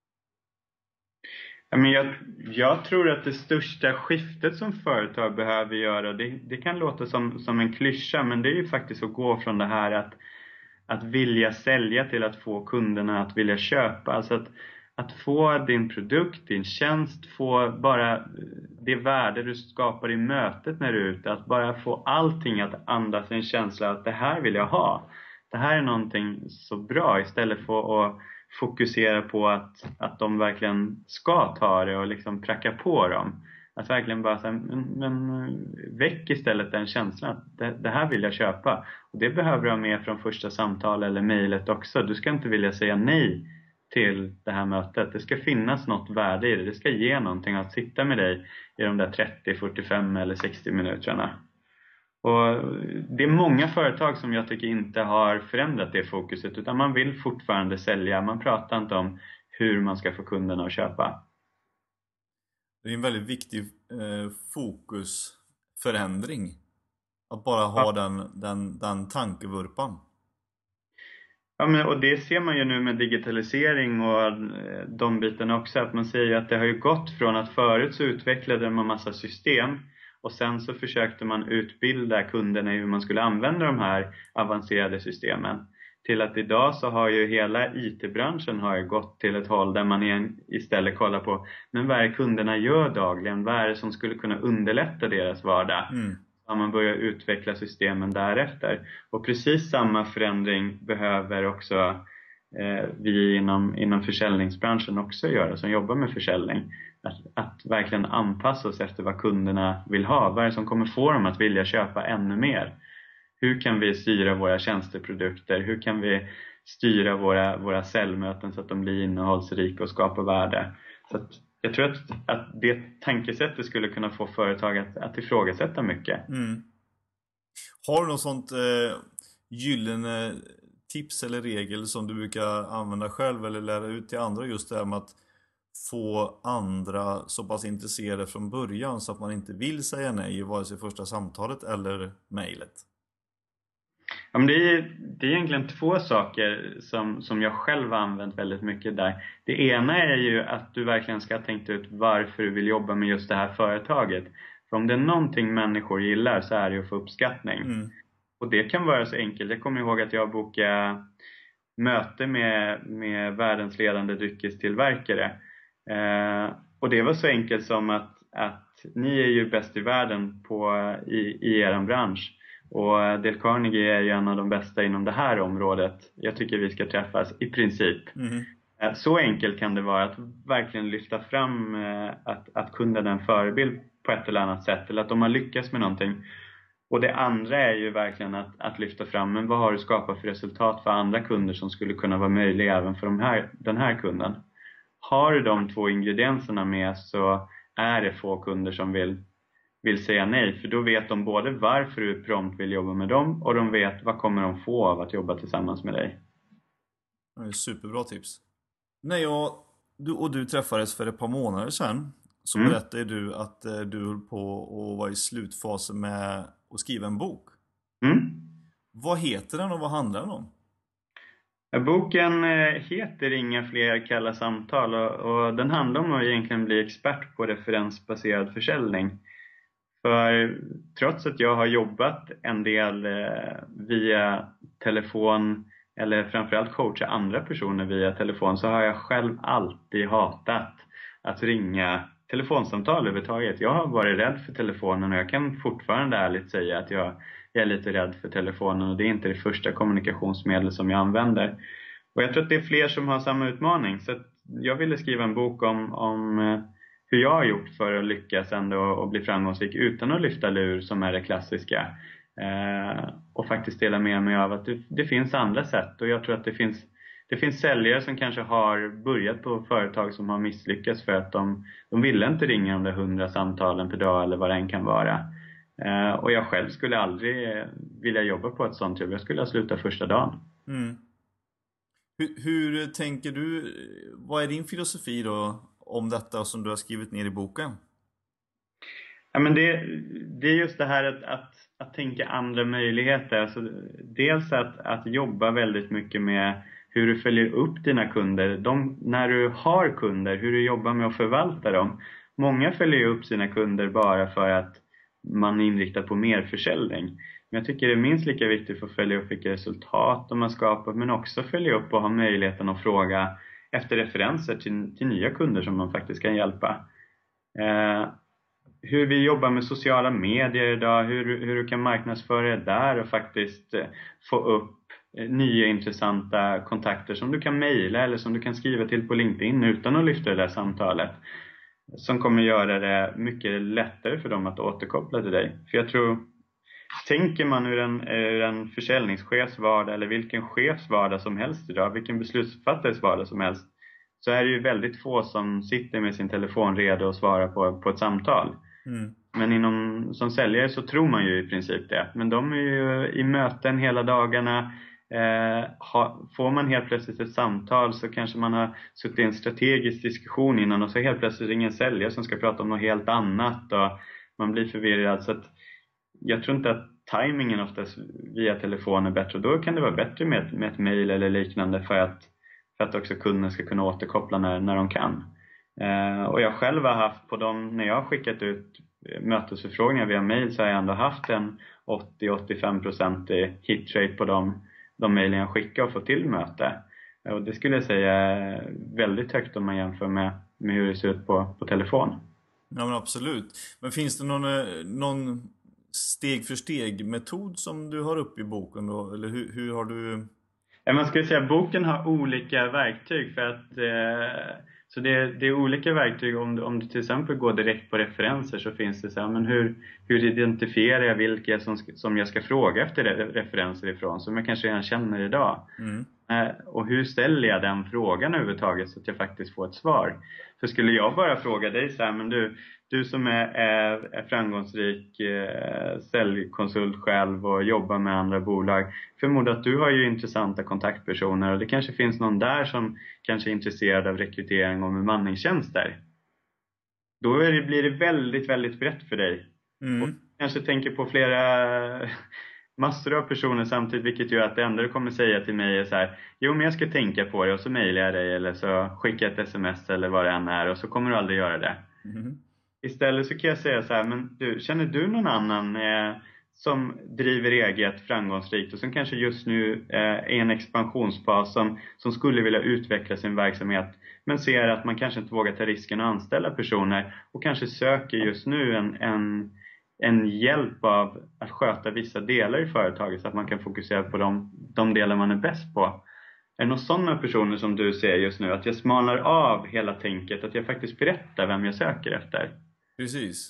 Ja, men jag, jag tror att det största skiftet som företag behöver göra, det, det kan låta som, som en klyscha, men det är ju faktiskt att gå från det här att, att vilja sälja till att få kunderna att vilja köpa. Alltså att, att få din produkt, din tjänst, få bara det värde du skapar i mötet när du är ute, att bara få allting att andas en känsla att det här vill jag ha. Det här är någonting så bra, istället för att fokusera på att, att de verkligen ska ta det och liksom pracka på dem. Att verkligen bara säga, men, men väck istället den känslan att det, det här vill jag köpa. Och det behöver du ha med från första samtal eller mejlet också. Du ska inte vilja säga nej till det här mötet. Det ska finnas något värde i det. Det ska ge någonting att sitta med dig i de där trettio, fyrtiofem eller sextio minuterna. Och det är många företag som jag tycker inte har förändrat det fokuset, utan man vill fortfarande sälja. Man pratar inte om hur man ska få kunderna att köpa. Det är en väldigt viktig eh, fokusförändring. Att bara ha ja. den, den, den tankevurpan. Ja, men, och det ser man ju nu med digitalisering och de bitarna också. Att man säger att det har ju gått från att förut så utvecklade man massa system. Och sen så försökte man utbilda kunderna i hur man skulle använda de här avancerade systemen. Till att idag så har ju hela I T-branschen har ju gått till ett håll där man igen istället kollar på, men vad är det kunderna gör dagligen? Vad är det som skulle kunna underlätta deras vardag? Mm. Så man börjar utveckla systemen därefter. Och precis samma förändring behöver också eh, vi inom, inom försäljningsbranschen också gör, som jobbar med försäljning. Att, att verkligen anpassa oss efter vad kunderna vill ha. Vad är det som kommer få dem att vilja köpa ännu mer? Hur kan vi styra våra tjänsteprodukter? Hur kan vi styra våra, våra säljmöten så att de blir innehållsrika och skapar värde? Så att jag tror att, att det tankesättet skulle kunna få företag att, att ifrågasätta mycket. Mm. Har du något sånt eh, gyllene tips eller regel som du brukar använda själv eller lära ut till andra, just det här med att få andra så pass intresserade från början så att man inte vill säga nej i vare sig första samtalet eller mejlet? Ja, men det, är, det är egentligen två saker som, som jag själv har använt väldigt mycket där. Det ena är ju att du verkligen ska ha tänkt ut varför du vill jobba med just det här företaget. För om det är någonting människor gillar så är det att få uppskattning. Mm. Och det kan vara så enkelt. Jag kommer ihåg att jag bokade möte med, med världens ledande dryckestillverkare. Eh, och det var så enkelt som att, att ni är ju bäst i världen på, i, i er bransch. Och Dale Carnegie är ju en av de bästa inom det här området. Jag tycker vi ska träffas i princip. Mm. Så enkelt kan det vara att verkligen lyfta fram att, att kunden är en förebild på ett eller annat sätt. Eller att de har lyckats med någonting. Och det andra är ju verkligen att, att lyfta fram, men vad har du skapat för resultat för andra kunder som skulle kunna vara möjliga även för de här, den här kunden. Har du de två ingredienserna med så är det få kunder som vill vill säga nej, för då vet de både varför du prompt vill jobba med dem och de vet vad kommer de få av att jobba tillsammans med dig. Det är superbra tips. När jag du, och du träffades för ett par månader sedan så mm. berättade du att eh, du höll på och var i slutfasen med att skriva en bok. Mm. Vad heter den och vad handlar den om? Boken heter Inga fler kalla samtal och, och den handlar om att egentligen bli expert på referensbaserad försäljning. För trots att jag har jobbat en del eh, via telefon eller framförallt coacha andra personer via telefon, så har jag själv alltid hatat att ringa telefonsamtal överhuvudtaget. Jag har varit rädd för telefonen och jag kan fortfarande ärligt säga att jag, jag är lite rädd för telefonen, och det är inte det första kommunikationsmedel som jag använder. Och jag tror att det är fler som har samma utmaning, så att jag ville skriva en bok om, om hur jag har gjort för att lyckas ändå och bli framgångsrik utan att lyfta lur som är det klassiska. Eh, och faktiskt dela med mig av att det, det finns andra sätt. Och jag tror att det finns, det finns säljare som kanske har börjat på företag som har misslyckats för att de, de ville inte ringa de där hundra samtalen per dag eller vad det än kan vara. Eh, och jag själv skulle aldrig vilja jobba på ett sånt jobb. Jag skulle ha slutat första dagen. Mm. Hur, hur tänker du, vad är din filosofi då om detta som du har skrivit ner i boken? Ja, men det, det är just det här att, att, att tänka andra möjligheter. Alltså, dels att, att jobba väldigt mycket med hur du följer upp dina kunder. De, när du har kunder, hur du jobbar med att förvalta dem. Många följer upp sina kunder bara för att man är inriktad på mer försäljning. Men jag tycker det är minst lika viktigt för att följa upp vilka resultat de har skapat, men också följa upp och ha möjligheten att fråga efter referenser till, till nya kunder som man faktiskt kan hjälpa. Eh, hur vi jobbar med sociala medier idag, hur, hur du kan marknadsföra det där och faktiskt eh, få upp eh, nya intressanta kontakter som du kan mejla eller som du kan skriva till på LinkedIn utan att lyfta det där samtalet. Som kommer göra det mycket lättare för dem att återkoppla till dig. För jag tror, tänker man ur en, ur en försäljningschefs vardag eller vilken chefs vardag som helst idag, vilken beslutsfattares vardag som helst, så är det ju väldigt få som sitter med sin telefon redo att svara på, på ett samtal. Mm. Men inom, som säljare så tror man ju i princip det. Men de är ju i möten hela dagarna. Eh, ha, får man helt plötsligt ett samtal så kanske man har suttit i en strategisk diskussion innan och så helt plötsligt ringer en säljare som ska prata om något helt annat och man blir förvirrad. Så att jag tror inte att timingen oftast via telefon är bättre. Då kan det vara bättre med, med ett mejl eller liknande för att, för att också kunden ska kunna återkoppla när, när de kan. Eh, och jag själv har haft på dem, när jag har skickat ut mötesförfrågningar via mejl, så har jag ändå haft en åttio till åttiofem procent hitrate på dem, de mejlen jag skickar och får till möte. Och det skulle jag säga är väldigt högt om man jämför med, med hur det ser ut på, på telefon. Ja, men absolut. Men finns det någon, någon steg för steg metod som du har upp i boken då? Eller hur, hur har du... Man skulle säga att boken har olika verktyg för att eh, så det, det är olika verktyg. Om, om du till exempel går direkt på referenser så finns det så här, men hur, hur identifierar jag vilka som, som jag ska fråga efter referenser ifrån som jag kanske redan känner idag. Mm. Eh, och hur ställer jag den frågan överhuvudtaget så att jag faktiskt får ett svar. För skulle jag bara fråga dig så här, men du, du som är, är, är framgångsrik eh, säljkonsult själv och jobbar med andra bolag. Förmodar att du har ju intressanta kontaktpersoner och det kanske finns någon där som kanske är intresserad av rekrytering och bemanningstjänster. Då är det, blir det väldigt, väldigt brett för dig. Mm. Och kanske tänker på flera massor av personer samtidigt, vilket gör att det enda du kommer säga till mig är så här: jo, men jag ska tänka på det och så mejlar jag dig eller så skickar jag ett sms eller vad det än är och så kommer du aldrig göra det. Mm. Istället så kan jag säga så här, men du, känner du någon annan eh, som driver eget framgångsrikt och som kanske just nu eh, är en expansionsfas som, som skulle vilja utveckla sin verksamhet men ser att man kanske inte vågar ta risken att anställa personer och kanske söker just nu en, en, en hjälp av att sköta vissa delar i företaget så att man kan fokusera på de, de delar man är bäst på. Är det några sådana personer som du ser just nu, att jag smalnar av hela tänket, att jag faktiskt berättar vem jag söker efter? Precis.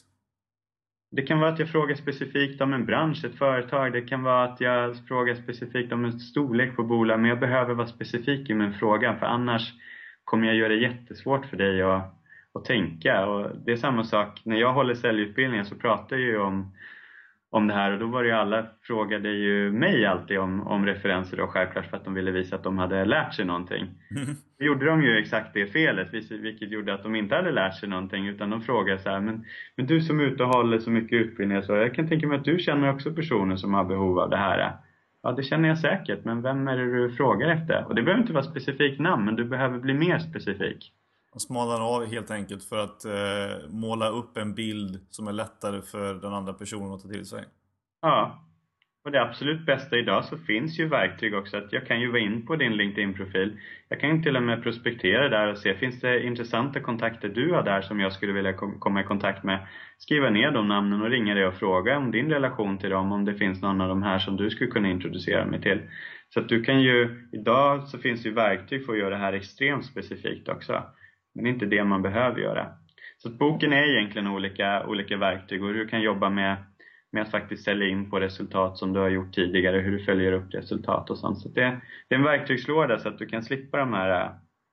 Det kan vara att jag frågar specifikt om en bransch, ett företag. Det kan vara att jag frågar specifikt om en storlek på bolag. Men jag behöver vara specifik i min fråga. För annars kommer jag göra det jättesvårt för dig att, att tänka. Och det är samma sak. När jag håller säljutbildningen så pratar jag ju om, om det här. Och då var det ju alla frågade ju mig alltid om, om referenser. Och självklart för att de ville visa att de hade lärt sig någonting. Då gjorde de ju exakt det felet, vilket gjorde att de inte hade lärt sig någonting, utan de frågade så här, men, men du som är ute och håller så mycket utbildning, så jag kan tänka mig att du känner också personer som har behov av det här. Ja, det känner jag säkert, men vem är det du frågar efter? Och det behöver inte vara specifikt namn, men du behöver bli mer specifik. Man smalnar av helt enkelt för att eh, måla upp en bild som är lättare för den andra personen att ta till sig. Ja. Och det absolut bästa idag så finns ju verktyg också. Att jag kan ju vara in på din LinkedIn-profil. Jag kan till och med prospektera där och se, finns det intressanta kontakter du har där som jag skulle vilja kom- komma i kontakt med. Skriva ner de namnen och ringa dig och fråga om din relation till dem. Om det finns någon av de här som du skulle kunna introducera mig till. Så att du kan ju, idag så finns det ju verktyg för att göra det här extremt specifikt också. Men det är inte det man behöver göra. Så att boken är egentligen olika, olika verktyg och hur du kan jobba med med att faktiskt sälja in på resultat som du har gjort tidigare, hur du följer upp resultat och sånt. Så det, det är en verktygslåda så att du kan slippa de här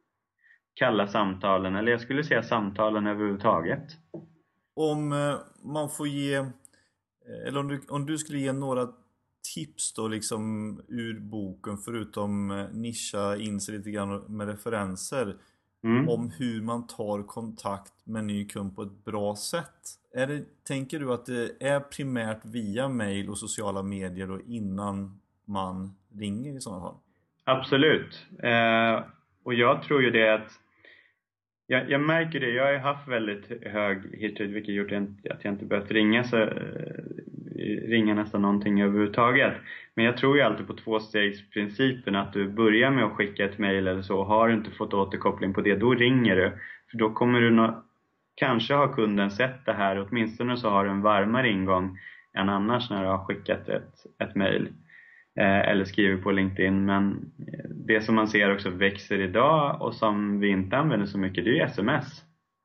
kalla samtalen, eller jag skulle säga samtalen överhuvudtaget. Om eh, man får ge, eller om du, om du skulle ge några tips då liksom ur boken, förutom eh, nischa in sig lite grann med referenser, mm. om hur man tar kontakt med ny kund på ett bra sätt. Är det, tänker du att det är primärt via mail och sociala medier och innan man ringer i sådana fall? Absolut. Eh, och jag tror ju det att jag, jag märker det. Jag har haft väldigt hög hitrate, vilket gjort att jag inte behövt ringa så eh, ringa nästan någonting överhuvudtaget. Men jag tror ju alltid på tvåstegsprincipen, att du börjar med att skicka ett mejl eller så. Har du inte fått återkoppling på det, då ringer du. För då kommer du no- kanske ha kunden sett det här, åtminstone så har du en varmare ingång än annars när du har skickat ett, ett mejl. Eh, eller skriver på LinkedIn. Men det som man ser också växer idag och som vi inte använder så mycket, det är ju sms.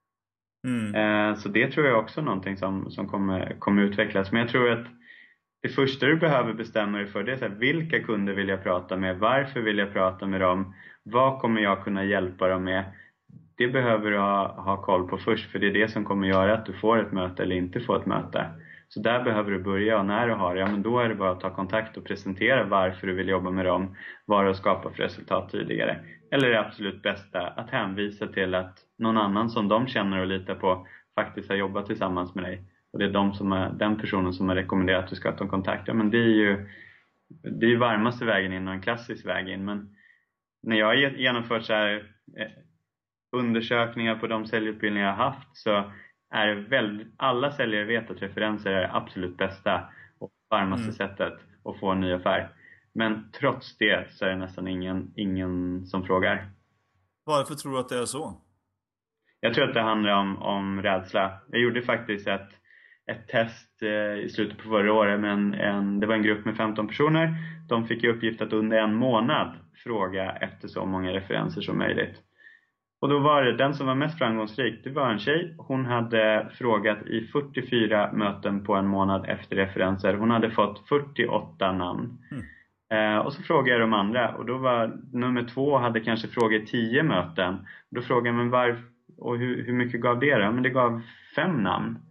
Mm. Eh, så det tror jag också är någonting som, som kommer, kommer utvecklas. Men jag tror att det första du behöver bestämma dig för, det är så här, vilka kunder vill jag prata med? Varför vill jag prata med dem? Vad kommer jag kunna hjälpa dem med? Det behöver du ha, ha koll på först, för det är det som kommer göra att du får ett möte eller inte får ett möte. Så där behöver du börja, och när du har det, ja, men då är det bara att ta kontakt och presentera varför du vill jobba med dem, vad du skapar för resultat tidigare. Eller det absolut bästa, att hänvisa till att någon annan som de känner och litar på faktiskt har jobbat tillsammans med dig. Och det är de som är, den personen som har rekommenderat att du ska ta kontakt. Ja, men det är ju det är ju varmaste vägen in och en klassisk väg in. Men när jag har genomfört så här eh, undersökningar på de säljutbildningar jag har haft, så är det väldigt, alla säljare vet att referenser är det absolut bästa och varmaste mm. sättet att få en ny affär. Men trots det så är det nästan ingen, ingen som frågar. Varför tror du att det är så? Jag tror att det handlar om, om rädsla. Jag gjorde faktiskt ett, ett test eh, i slutet på förra året med en, en, det var en grupp med femton personer. De fick i uppgift att under en månad fråga efter så många referenser som möjligt. Och då var det den som var mest framgångsrik, det var en tjej. Hon hade frågat i fyrtiofyra möten på en månad efter referenser. Hon hade fått fyrtioåtta namn. Mm. Eh, och så frågade jag de andra. Och då var nummer två hade kanske frågat tio möten. Och då frågade jag, men varför, och hur, hur mycket gav det då? Men det gav fem namn.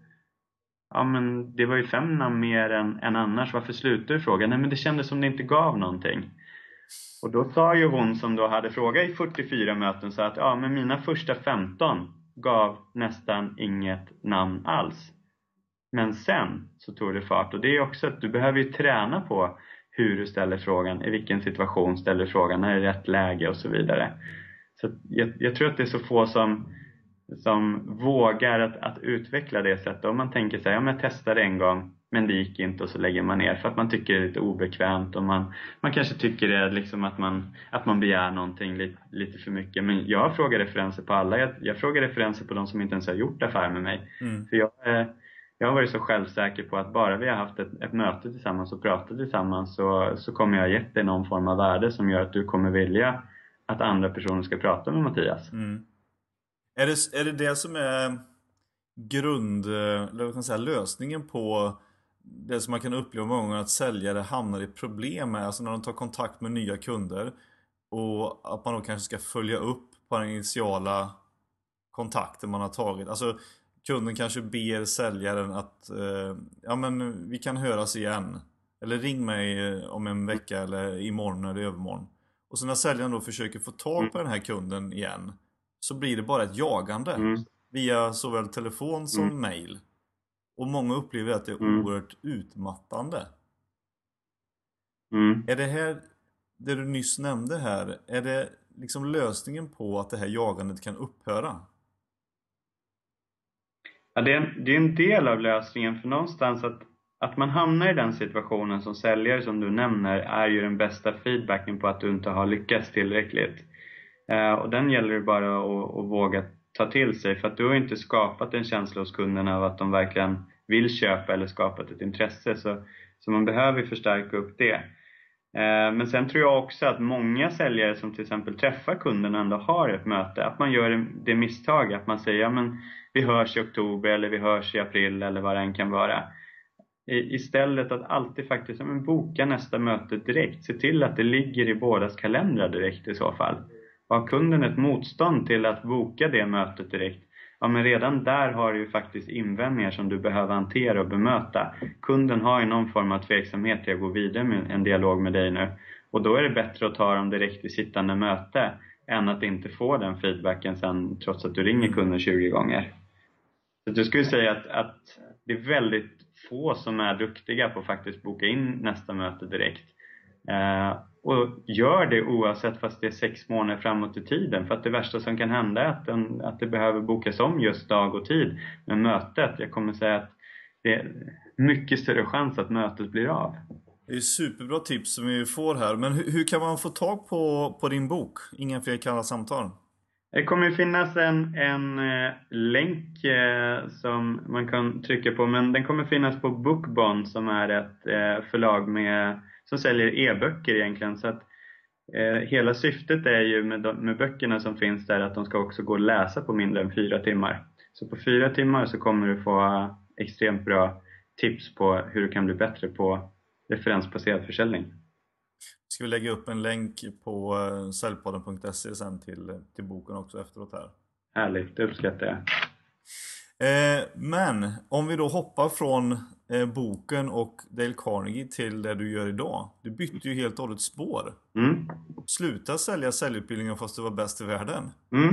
Ja, men det var ju fem namn mer än, än annars. Varför slutade du fråga? Nej, men det kändes som det inte gav någonting. Och då sa ju hon som då hade frågat i fyrtiofyra möten så att ja, men mina första femton gav nästan inget namn alls. Men sen så tog det fart. Och det är också att du behöver ju träna på hur du ställer frågan, i vilken situation ställer du frågan, när är det rätt läge och så vidare. Så jag, jag tror att det är så få som, som vågar att, att utveckla det sättet. Om man tänker sig, ja men jag testade en gång men det gick inte, och så lägger man ner för att man tycker det är lite obekvämt, och man, man kanske tycker det är liksom att man, att man begär någonting lite, lite för mycket. Men jag frågar referenser på alla, jag, jag frågar referenser på de som inte ens har gjort affär med mig. Mm. För jag, jag har varit så självsäker på att bara vi har haft ett, ett möte tillsammans och pratat tillsammans, så, så kommer jag gett dig någon form av värde som gör att du kommer vilja att andra personer ska prata med Mattias. Mm. Är det, är det det som är grund, eller vad kan säga, lösningen på det som man kan uppleva många gånger, att säljare hamnar i problem med, alltså när de tar kontakt med nya kunder, och att man då kanske ska följa upp på den initiala kontakten man har tagit. Alltså kunden kanske ber säljaren att eh, ja men vi kan höras igen, eller ring mig om en vecka eller imorgon eller övermorgon. Och så när säljaren då försöker få tag på den här kunden igen, så blir det bara ett jagande mm. via såväl telefon som mm. mail. Och många upplever att det är mm. oerhört utmattande. Mm. Är det här, det du nyss nämnde här, är det liksom lösningen på att det här jagandet kan upphöra? Ja, det är en, det är en del av lösningen, för någonstans att, att man hamnar i den situationen som säljare som du nämner är ju den bästa feedbacken på att du inte har lyckats tillräckligt. Eh, och den gäller det bara att, att våga ta till sig, för att du har inte skapat en känsla hos kunderna av att de verkligen vill köpa eller skapat ett intresse, så, så man behöver förstärka upp det. Eh, men sen tror jag också att många säljare som till exempel träffar kunderna ändå har ett möte, att man gör det misstag att man säger ja men vi hörs i oktober eller vi hörs i april eller vad det än kan vara. I, istället att alltid faktiskt ja, men boka nästa möte direkt, se till att det ligger i bådas kalendrar direkt i så fall. Och har kunden ett motstånd till att boka det mötet direkt, ja men redan där har du ju faktiskt invändningar som du behöver hantera och bemöta. Kunden har ju någon form av tveksamhet till att gå vidare med en dialog med dig nu. Och då är det bättre att ta dem direkt i sittande möte än att inte få den feedbacken sen, trots att du ringer kunden tjugo gånger. Så du skulle säga att, att det är väldigt få som är duktiga på att faktiskt boka in nästa möte direkt. Eh, och gör det oavsett fast det är sex månader framåt i tiden. För att det värsta som kan hända är att, den, att det behöver bokas om just dag och tid. Men mötet, jag kommer säga att det är mycket större chans att mötet blir av. Det är superbra tips som vi får här. Men hur, hur kan man få tag på, på din bok? Inga fler kalla samtal. Det kommer finnas en, en eh, länk eh, som man kan trycka på. Men den kommer finnas på Bookbond, som är ett eh, förlag med, som säljer e-böcker egentligen. Så att eh, hela syftet är ju med, de, med böckerna som finns där att de ska också gå att läsa på mindre än fyra timmar. Så på fyra timmar så kommer du få extremt bra tips på hur du kan bli bättre på referensbaserad försäljning. Ska vi lägga upp en länk på säljpodden punkt se sen till, till boken också efteråt här. Härligt, det uppskattar jag. Eh, men om vi då hoppar från eh, boken och Dale Carnegie till det du gör idag. Du bytte ju helt och hållet spår. Mm. Sluta sälja säljutbildningar fast du var bäst i världen. Mm.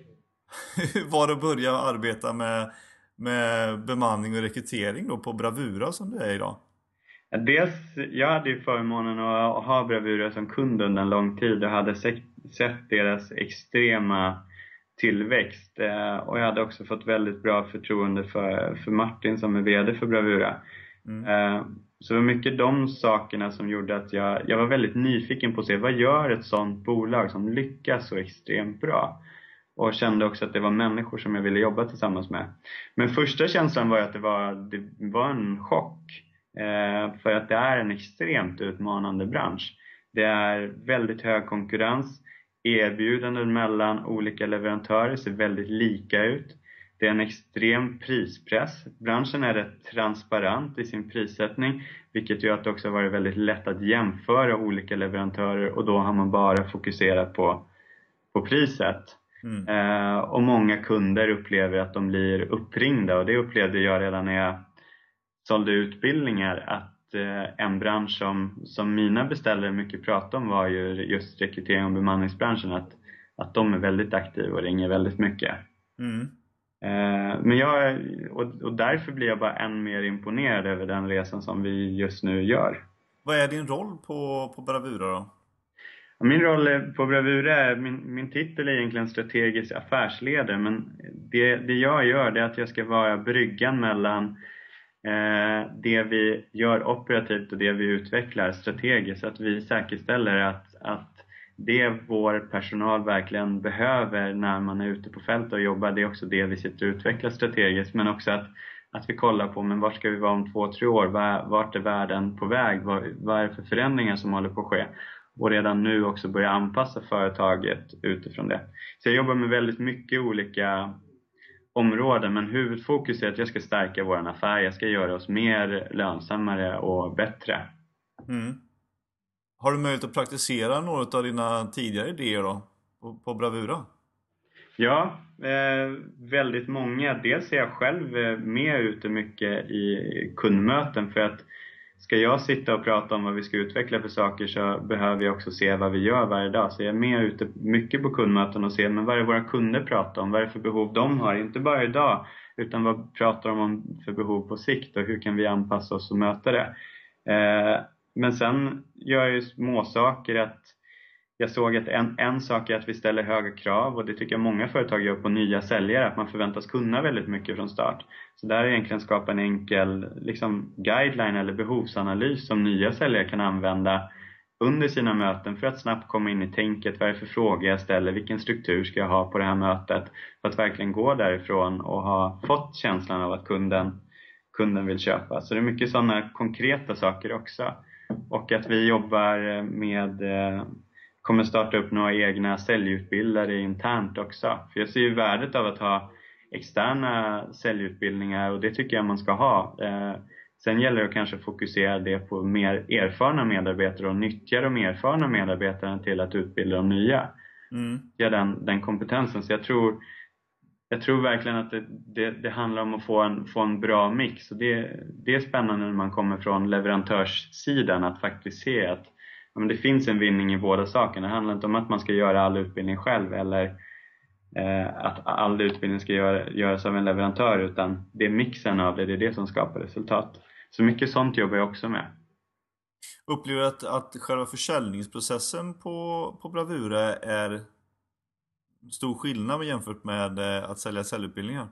Var det att börja arbeta med, med bemanning och rekrytering då på Bravura som du är idag? Dels, jag hade ju förmånen att ha Bravura som kund under en lång tid och hade sett deras extrema tillväxt. Och jag hade också fått väldigt bra förtroende för, för Martin som är vd för Bravura. Mm. Så det var mycket de sakerna som gjorde att jag, jag var väldigt nyfiken på att se vad gör ett sånt bolag som lyckas så extremt bra. och kände också att det var människor som jag ville jobba tillsammans med. Men första känslan var att det var, det var en chock. Eh, för att det är en extremt utmanande bransch. Det är väldigt hög konkurrens. Erbjudanden mellan olika leverantörer ser väldigt lika ut. Det är en extrem prispress. Branschen är rätt transparent i sin prissättning, vilket gör att det också har varit väldigt lätt att jämföra olika leverantörer, och då har man bara fokuserat på, på priset. Mm. Eh, och många kunder upplever att de blir uppringda, och det upplevde jag redan när jag sålde utbildningar, att eh, en bransch som, som mina beställare mycket pratade om var ju just rekrytering och bemanningsbranschen, att, att de är väldigt aktiva och ringer väldigt mycket. Mm. Men jag, och, och därför blir jag bara än mer imponerad över den resan som vi just nu gör. Vad är din roll på, på Bravura då? Min roll på Bravura är, min, min titel är egentligen strategisk affärsledare, men det, det jag gör det är att jag ska vara bryggan mellan eh, det vi gör operativt och det vi utvecklar strategiskt. Att vi säkerställer att, att det vår personal verkligen behöver när man är ute på fält och jobbar, det är också det vi sitter och utvecklar strategiskt. Men också att, att vi kollar på, men vart ska vi vara om två, tre år? Vart är världen på väg? Vad, vad är det för förändringar som håller på att ske? Och redan nu också börja anpassa företaget utifrån det. Så jag jobbar med väldigt mycket olika områden, men huvudfokus är att jag ska stärka vår affär. Jag ska göra oss mer lönsammare och bättre. Mm. Har du möjlighet att praktisera några av dina tidigare idéer då, på, på Bravura? Ja, eh, väldigt många. Dels är jag själv eh, med ute mycket i kundmöten, för att ska jag sitta och prata om vad vi ska utveckla för saker, så behöver jag också se vad vi gör varje dag. Så jag är med ute mycket på kundmöten och ser, men vad är våra kunder pratar om? Vad är det för behov de har? Inte bara idag, utan vad pratar de om för behov på sikt, och hur kan vi anpassa oss och möta det? Eh, Men sen gör jag ju små saker. Att jag såg att en, en sak är att vi ställer höga krav, och det tycker jag många företag gör på nya säljare, att man förväntas kunna väldigt mycket från start. Så där är egentligen skapa en enkel liksom, guideline eller behovsanalys som nya säljare kan använda under sina möten för att snabbt komma in i tänket. Vad är det för frågor jag ställer? Vilken struktur ska jag ha på det här mötet? För att verkligen gå därifrån och ha fått känslan av att kunden, kunden vill köpa. Så det är mycket sådana konkreta saker också. Och att vi jobbar med, eh, kommer starta upp några egna säljutbildare internt också. För jag ser ju värdet av att ha externa säljutbildningar, och det tycker jag man ska ha. Eh, sen gäller det att kanske fokusera det på mer erfarna medarbetare och nyttja de erfarna medarbetarna till att utbilda de nya. Mm. Ja, den, den kompetensen. Så jag tror, jag tror verkligen att det, det, det handlar om att få en, få en bra mix. Och det, det är spännande när man kommer från leverantörssidan att faktiskt se att ja, men det finns en vinning i båda sakerna. Det handlar inte om att man ska göra all utbildning själv, eller eh, att all utbildning ska göra, göras av en leverantör, utan det är mixen av det, det är det som skapar resultat. Så mycket sånt jobbar jag också med. Upplever du att, att själva försäljningsprocessen på, på Bravura är stor skillnad jämfört med att sälja säljutbildningar?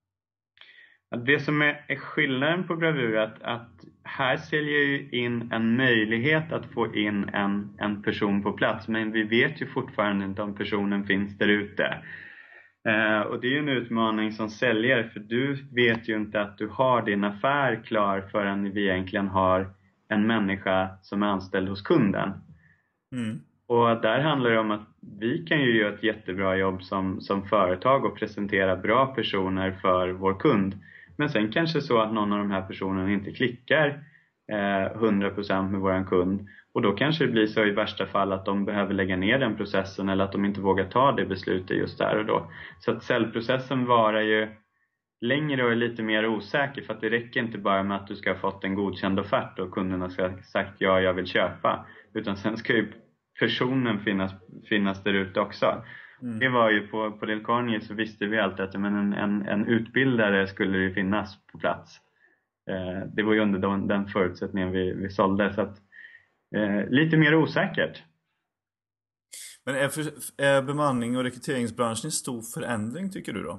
Det som är, är skillnaden på Bravura är att, att här säljer ju in en möjlighet att få in en, en person på plats. Men vi vet ju fortfarande inte om personen finns där ute. Eh, och det är ju en utmaning som säljare, för du vet ju inte att du har din affär klar förrän vi egentligen har en människa som är anställd hos kunden. Mm. Och där handlar det om att vi kan ju göra ett jättebra jobb som, som företag och presentera bra personer för vår kund. Men sen kanske så att någon av de här personerna inte klickar eh, hundra procent med våran kund. Och då kanske det blir så i värsta fall att de behöver lägga ner den processen, eller att de inte vågar ta det beslutet just där och då. Så att säljprocessen varar ju längre och är lite mer osäker, för att det räcker inte bara med att du ska ha fått en godkänd offert och kunderna ska ha sagt ja, jag vill köpa. Utan sen ska ju personen finnas, finnas där ute också. Mm. Det var ju på, på Dale Carnegie, så visste vi alltid att men en, en, en utbildare skulle ju finnas på plats. Eh, det var ju under den, den förutsättningen vi, vi sålde. Så att, eh, lite mer osäkert. Men är, för, är bemanning och rekryteringsbranschen en stor förändring, tycker du då?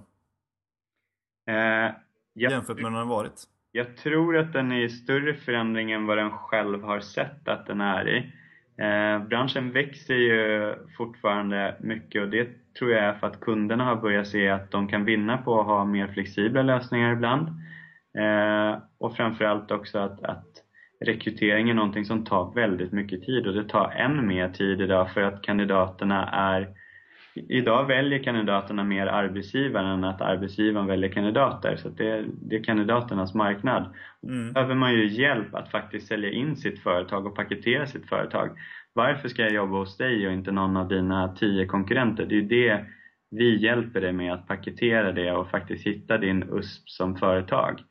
Eh, jag, Jämfört med när den har varit? Jag tror att den är i större förändring än vad den själv har sett att den är i. Eh, branschen växer ju fortfarande mycket och det tror jag är för att kunderna har börjat se att de kan vinna på att ha mer flexibla lösningar ibland. Eh, och framförallt också att, att rekrytering är någonting som tar väldigt mycket tid och det tar än mer tid idag för att kandidaterna är idag väljer kandidaterna mer arbetsgivaren än att arbetsgivaren väljer kandidater. Så att det, det är kandidaternas marknad. Mm. Då behöver man ju hjälp att faktiskt sälja in sitt företag och paketera sitt företag. Varför ska jag jobba hos dig och inte någon av dina tio konkurrenter? Det är ju det vi hjälper dig med, att paketera det och faktiskt hitta din U S P som företag.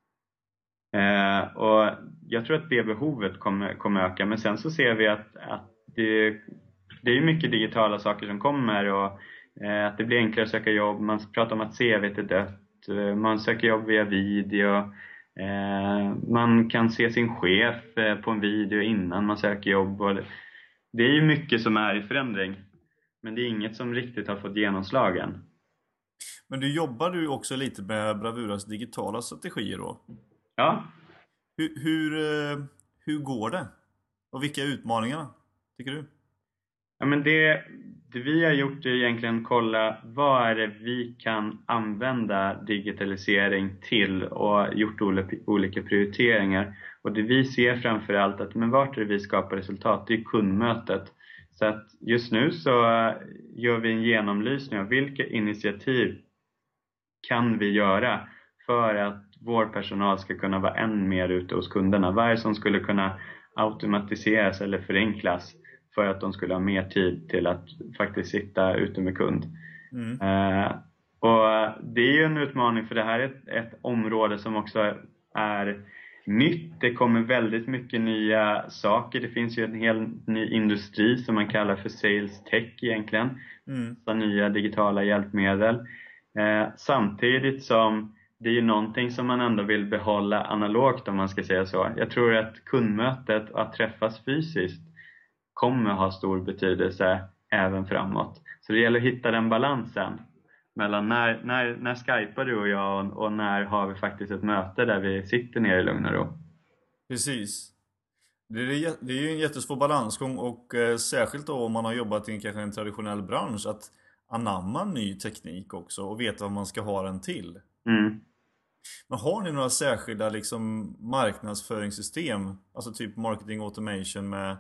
Eh, och jag tror att det behovet kommer, kommer öka. Men sen så ser vi att, att det Det är ju mycket digitala saker som kommer och eh, att det blir enklare att söka jobb. Man pratar om att C V är dött. Man söker jobb via video. Eh, man kan se sin chef eh, på en video innan man söker jobb. Och det, det är ju mycket som är i förändring. Men det är inget som riktigt har fått genomslag än. Men du jobbar du också lite med Bravuras digitala strategier då? Ja. Hur, hur, eh, hur går det? Och vilka är utmaningarna, tycker du? Ja, men det, det vi har gjort är egentligen kolla vad är det vi kan använda digitalisering till och gjort olika, olika prioriteringar. Och det vi ser framförallt att men vart är det vi skapar resultat, det är kundmötet. Så att just nu så gör vi en genomlysning av vilka initiativ kan vi göra för att vår personal ska kunna vara än mer ute hos kunderna. Vad är det som skulle kunna automatiseras eller förenklas för att de skulle ha mer tid till att faktiskt sitta ute med kund. Mm. Uh, och det är ju en utmaning för det här är ett, ett område som också är nytt. Det kommer väldigt mycket nya saker. Det finns ju en hel ny industri som man kallar för sales tech egentligen. Mm. Så nya digitala hjälpmedel. Uh, samtidigt som det är ju någonting som man ändå vill behålla analogt om man ska säga så. Jag tror att kundmötet och att träffas fysiskt kommer ha stor betydelse även framåt. Så det gäller att hitta den balansen mellan när, när, när skypar du och jag och, och när har vi faktiskt ett möte där vi sitter ner i lugn och ro. Precis. Det är, det är ju en jättesvår balansgång och eh, särskilt då om man har jobbat i en, kanske en traditionell bransch att anamma ny teknik också och veta vad man ska ha den till. Mm. Men har ni några särskilda liksom, marknadsföringssystem, alltså typ marketing automation med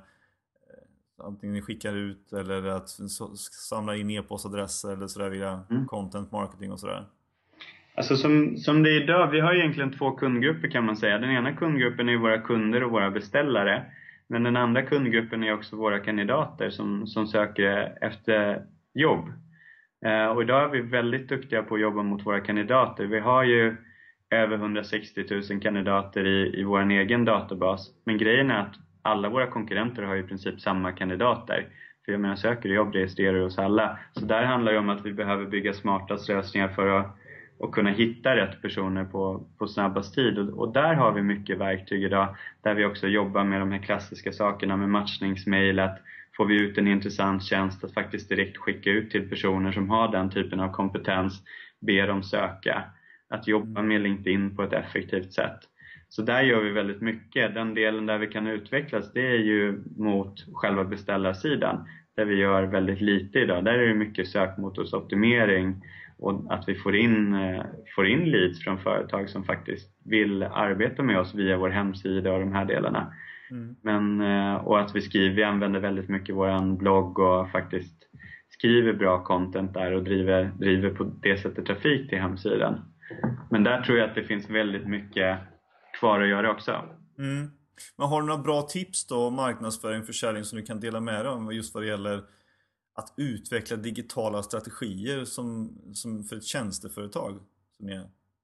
antingen ni skickar ut eller att samla in e-postadresser eller sådär via mm. content marketing och sådär? Alltså som, som det är idag, vi har egentligen två kundgrupper kan man säga. Den ena kundgruppen är våra kunder och våra beställare. Men den andra kundgruppen är också våra kandidater som, som söker efter jobb. Eh, och idag är vi väldigt duktiga på att jobba mot våra kandidater. Vi har ju över hundrasextio tusen kandidater i, i vår egen databas. Men grejen är att alla våra konkurrenter har i princip samma kandidater. För jag menar, söker du jobb registrerar du hos alla. Så där handlar det om att vi behöver bygga smarta lösningar för att, att kunna hitta rätt personer på, på snabbast tid. Och, och där har vi mycket verktyg idag. Där vi också jobbar med de här klassiska sakerna med matchningsmail. Att får vi ut en intressant tjänst att faktiskt direkt skicka ut till personer som har den typen av kompetens. Be dem söka. Att jobba med LinkedIn på ett effektivt sätt. Så där gör vi väldigt mycket. Den delen där vi kan utvecklas, det är ju mot själva beställarsidan. Där vi gör väldigt lite idag. Där är det mycket sökmotorsoptimering. Och att vi får in, får in leads från företag som faktiskt vill arbeta med oss via vår hemsida och de här delarna. Mm. Men, och att vi skriver, vi använder väldigt mycket vår blogg och faktiskt skriver bra content där och driver, driver på det sättet trafik till hemsidan. Men där tror jag att det finns väldigt mycket kvar att göra också. Mm. Men har du några bra tips då, marknadsföring, försäljning som du kan dela med dig om just vad det gäller att utveckla digitala strategier som, som för ett tjänsteföretag som ni är?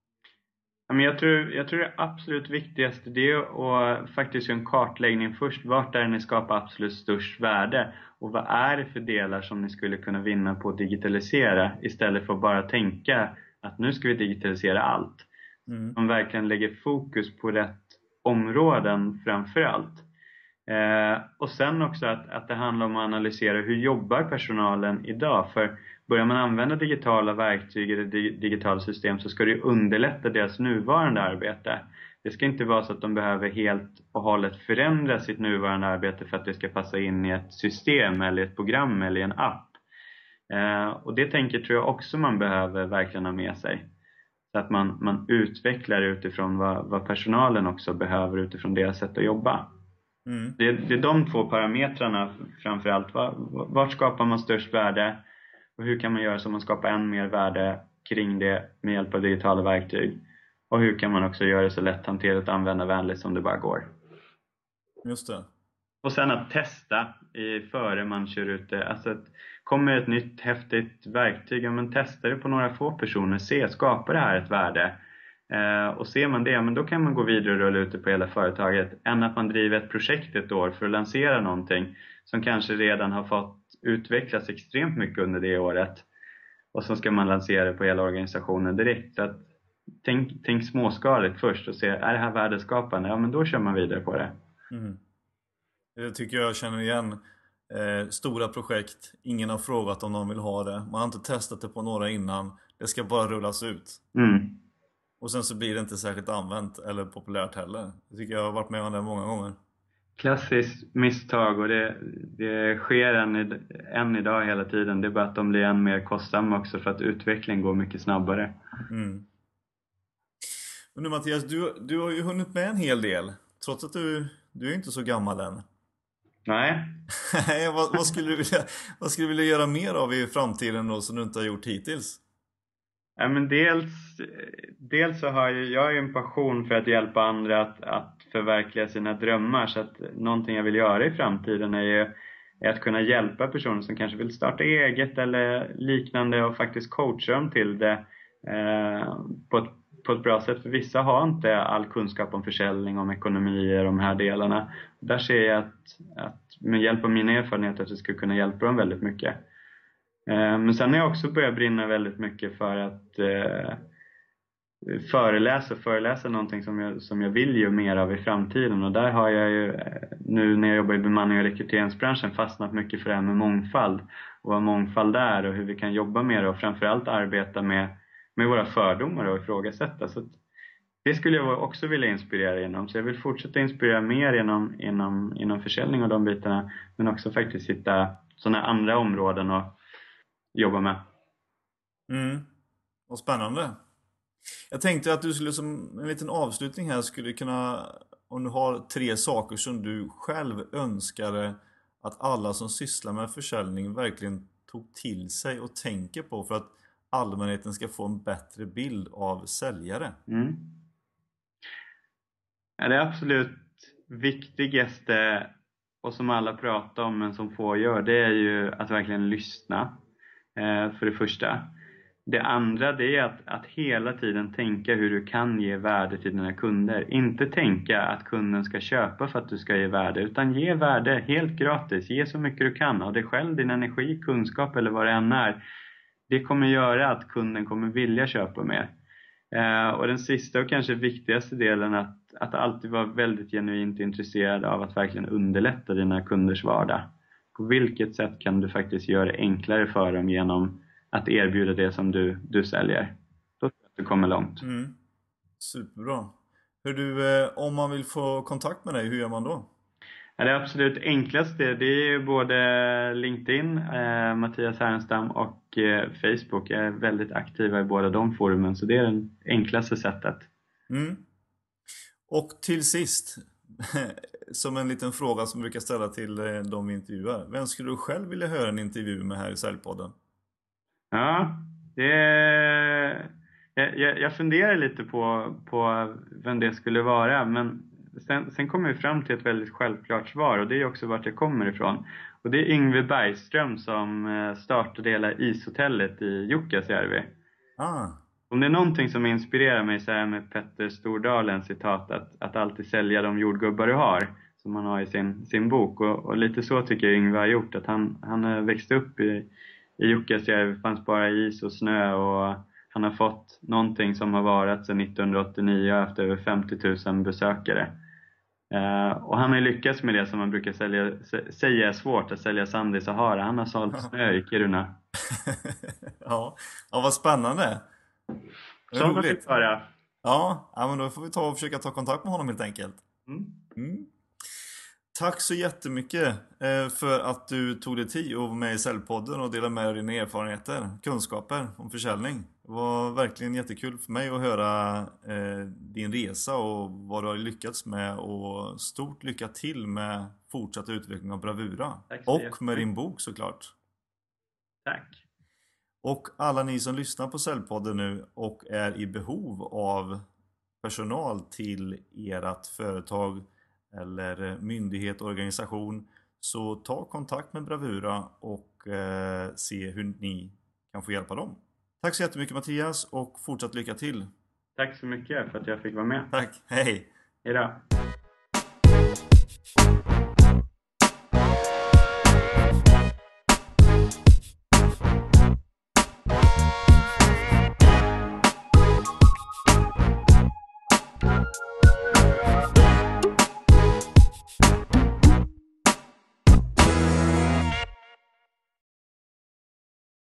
Jag tror, jag tror det absolut viktigaste det är att faktiskt göra en kartläggning först. Vart är det ni skapar absolut störst värde? Och vad är det för delar som ni skulle kunna vinna på att digitalisera istället för att bara tänka att nu ska vi digitalisera allt. Mm. Man verkligen lägger fokus på rätt områden framför allt. Eh, och sen också att, att det handlar om att analysera hur jobbar personalen idag. För börjar man använda digitala verktyg eller digitala system så ska det ju underlätta deras nuvarande arbete. Det ska inte vara så att de behöver helt och hållet förändra sitt nuvarande arbete för att det ska passa in i ett system eller ett program eller en app. Eh, och det tänker tror jag också man behöver verkligen ha med sig. Så att man, man utvecklar utifrån vad, vad personalen också behöver utifrån deras sätt att jobba. Mm. Det, det är de två parametrarna framförallt. Vart skapar man störst värde? Och hur kan man göra så att man skapar än mer värde kring det med hjälp av digitala verktyg? Och hur kan man också göra det så lätthanterligt och användarvänligt som det bara går? Just det. Och sen att testa i, före man kör ut det. Alltså att, kommer ett nytt häftigt verktyg, ja, men testa det på några få personer. Se, skapar det här ett värde? Eh, och ser man det, ja, men då kan man gå vidare och rulla ut det på hela företaget. Än att man driver ett projekt ett år för att lansera någonting som kanske redan har fått utvecklas extremt mycket under det året. Och så ska man lansera det på hela organisationen direkt. Så att, tänk, tänk småskaligt först och se, är det här värdeskapande? Ja, men då kör man vidare på det. Mm. Det tycker jag känner igen. Eh, stora projekt, ingen har frågat om någon vill ha det. Man har inte testat det på några innan. Det ska bara rullas ut. Mm. Och sen så blir det inte särskilt använt eller populärt heller. Det tycker jag har varit med om det många gånger. Klassiskt misstag, och det, det sker än, än idag hela tiden. Det är bara att de blir än mer kostsamma också för att utvecklingen går mycket snabbare. Mm. Men nu Mattias, du, du har ju hunnit med en hel del. Trots att du, du är inte så gammal än. Nej. vad, vad, skulle du vilja, vad skulle du vilja göra mer av i framtiden då som du inte har gjort hittills? Ja, men dels, dels så har jag, jag har ju en passion för att hjälpa andra att, att förverkliga sina drömmar. Så att någonting jag vill göra i framtiden är ju är att kunna hjälpa personer som kanske vill starta eget eller liknande och faktiskt coacha dem till det eh, på, ett, på ett bra sätt. För vissa har inte all kunskap om försäljning, om ekonomier, de här delarna. Där ser jag att, att med hjälp av mina erfarenheter att jag ska kunna hjälpa dem väldigt mycket. Men sen har jag också börjat brinna väldigt mycket för att eh, föreläsa, föreläsa någonting som jag, som jag vill göra mer av i framtiden. Och där har jag ju nu när jag jobbar i bemanning och rekryteringsbranschen fastnat mycket för det här med mångfald. Och vad mångfald är och hur vi kan jobba med det och framförallt arbeta med, med våra fördomar och ifrågasätta. Så att det skulle jag också vilja inspirera genom. Så jag vill fortsätta inspirera mer inom, inom, inom försäljning och de bitarna. Men också faktiskt hitta sådana andra områden och jobba med. Mm. Och spännande. Jag tänkte att du skulle som en liten avslutning här skulle kunna, om du har tre saker som du själv önskade att alla som sysslar med försäljning verkligen tog till sig och tänker på för att allmänheten ska få en bättre bild av säljare. Mm. Ja, det absolut viktigaste och som alla pratar om men som få gör, det är ju att verkligen lyssna. För det första. Det andra det är att, att hela tiden tänka hur du kan ge värde till dina kunder. Inte tänka att kunden ska köpa för att du ska ge värde. Utan ge värde helt gratis. Ge så mycket du kan av dig själv, din energi, kunskap eller vad det än är. Det kommer göra att kunden kommer vilja köpa mer. Eh, och den sista och kanske viktigaste delen att, att alltid vara väldigt genuint intresserad av att verkligen underlätta dina kunders vardag. På vilket sätt kan du faktiskt göra det enklare för dem genom att erbjuda det som du, du säljer? Då tror jag att du kommer långt. Mm. Superbra. Hur du, eh, om man vill få kontakt med dig, hur gör man då? Ja, det absolut enklaste det är både LinkedIn, eh, Mattias Härenstam och eh, Facebook. Jag är väldigt aktiva i båda de forumen, så det är det enklaste sättet. Mm. Och till sist, som en liten fråga som brukar ställa till de vi intervjuar. Vem skulle du själv vilja höra en intervju med här i Säljpodden? Ja, det är... jag, jag, jag funderar lite på, på vem det skulle vara. Men sen, sen kommer vi fram till ett väldigt självklart svar. Och det är också vart jag kommer ifrån. Och det är Yngve Bergström som startade hela ishotellet i Jukkasjärvi. Ah. Om det är någonting som inspirerar mig så är med Petter Stordalens citat att, att alltid sälja de jordgubbar du har, som han har i sin, sin bok. Och, och lite så tycker jag Yngve har gjort, att han, han har växt upp i, i Jukkasjärvi, det fanns bara is och snö, och han har fått någonting som har varit sedan nittonhundraåttionio och haft över femtio tusen besökare. Eh, och han har ju lyckats med det som man brukar sälja, sä- säga är svårt, att sälja sand i Sahara. Han har sålt snö i Kiruna. Ja, ja, vad spännande. Det är Sånt fick roligt. höra. Ja, ja, men då får vi ta och försöka ta kontakt med honom helt enkelt. Mm. Mm. Tack så jättemycket eh, för att du tog dig tid och var med i Säljpodden och delade med dig dina erfarenheter, kunskaper om försäljning. Det var verkligen jättekul för mig att höra eh, din resa och vad du har lyckats med, och stort lycka till med fortsatt utveckling av Bravura. Tack så Och med jättemycket. din bok såklart. Tack. Och alla ni som lyssnar på Säljpodden nu och är i behov av personal till ert företag eller myndighet, organisation, så ta kontakt med Bravura och eh, se hur ni kan få hjälpa dem. Tack så jättemycket Mattias, och fortsatt lycka till. Tack så mycket för att jag fick vara med. Tack, hej! Hej då.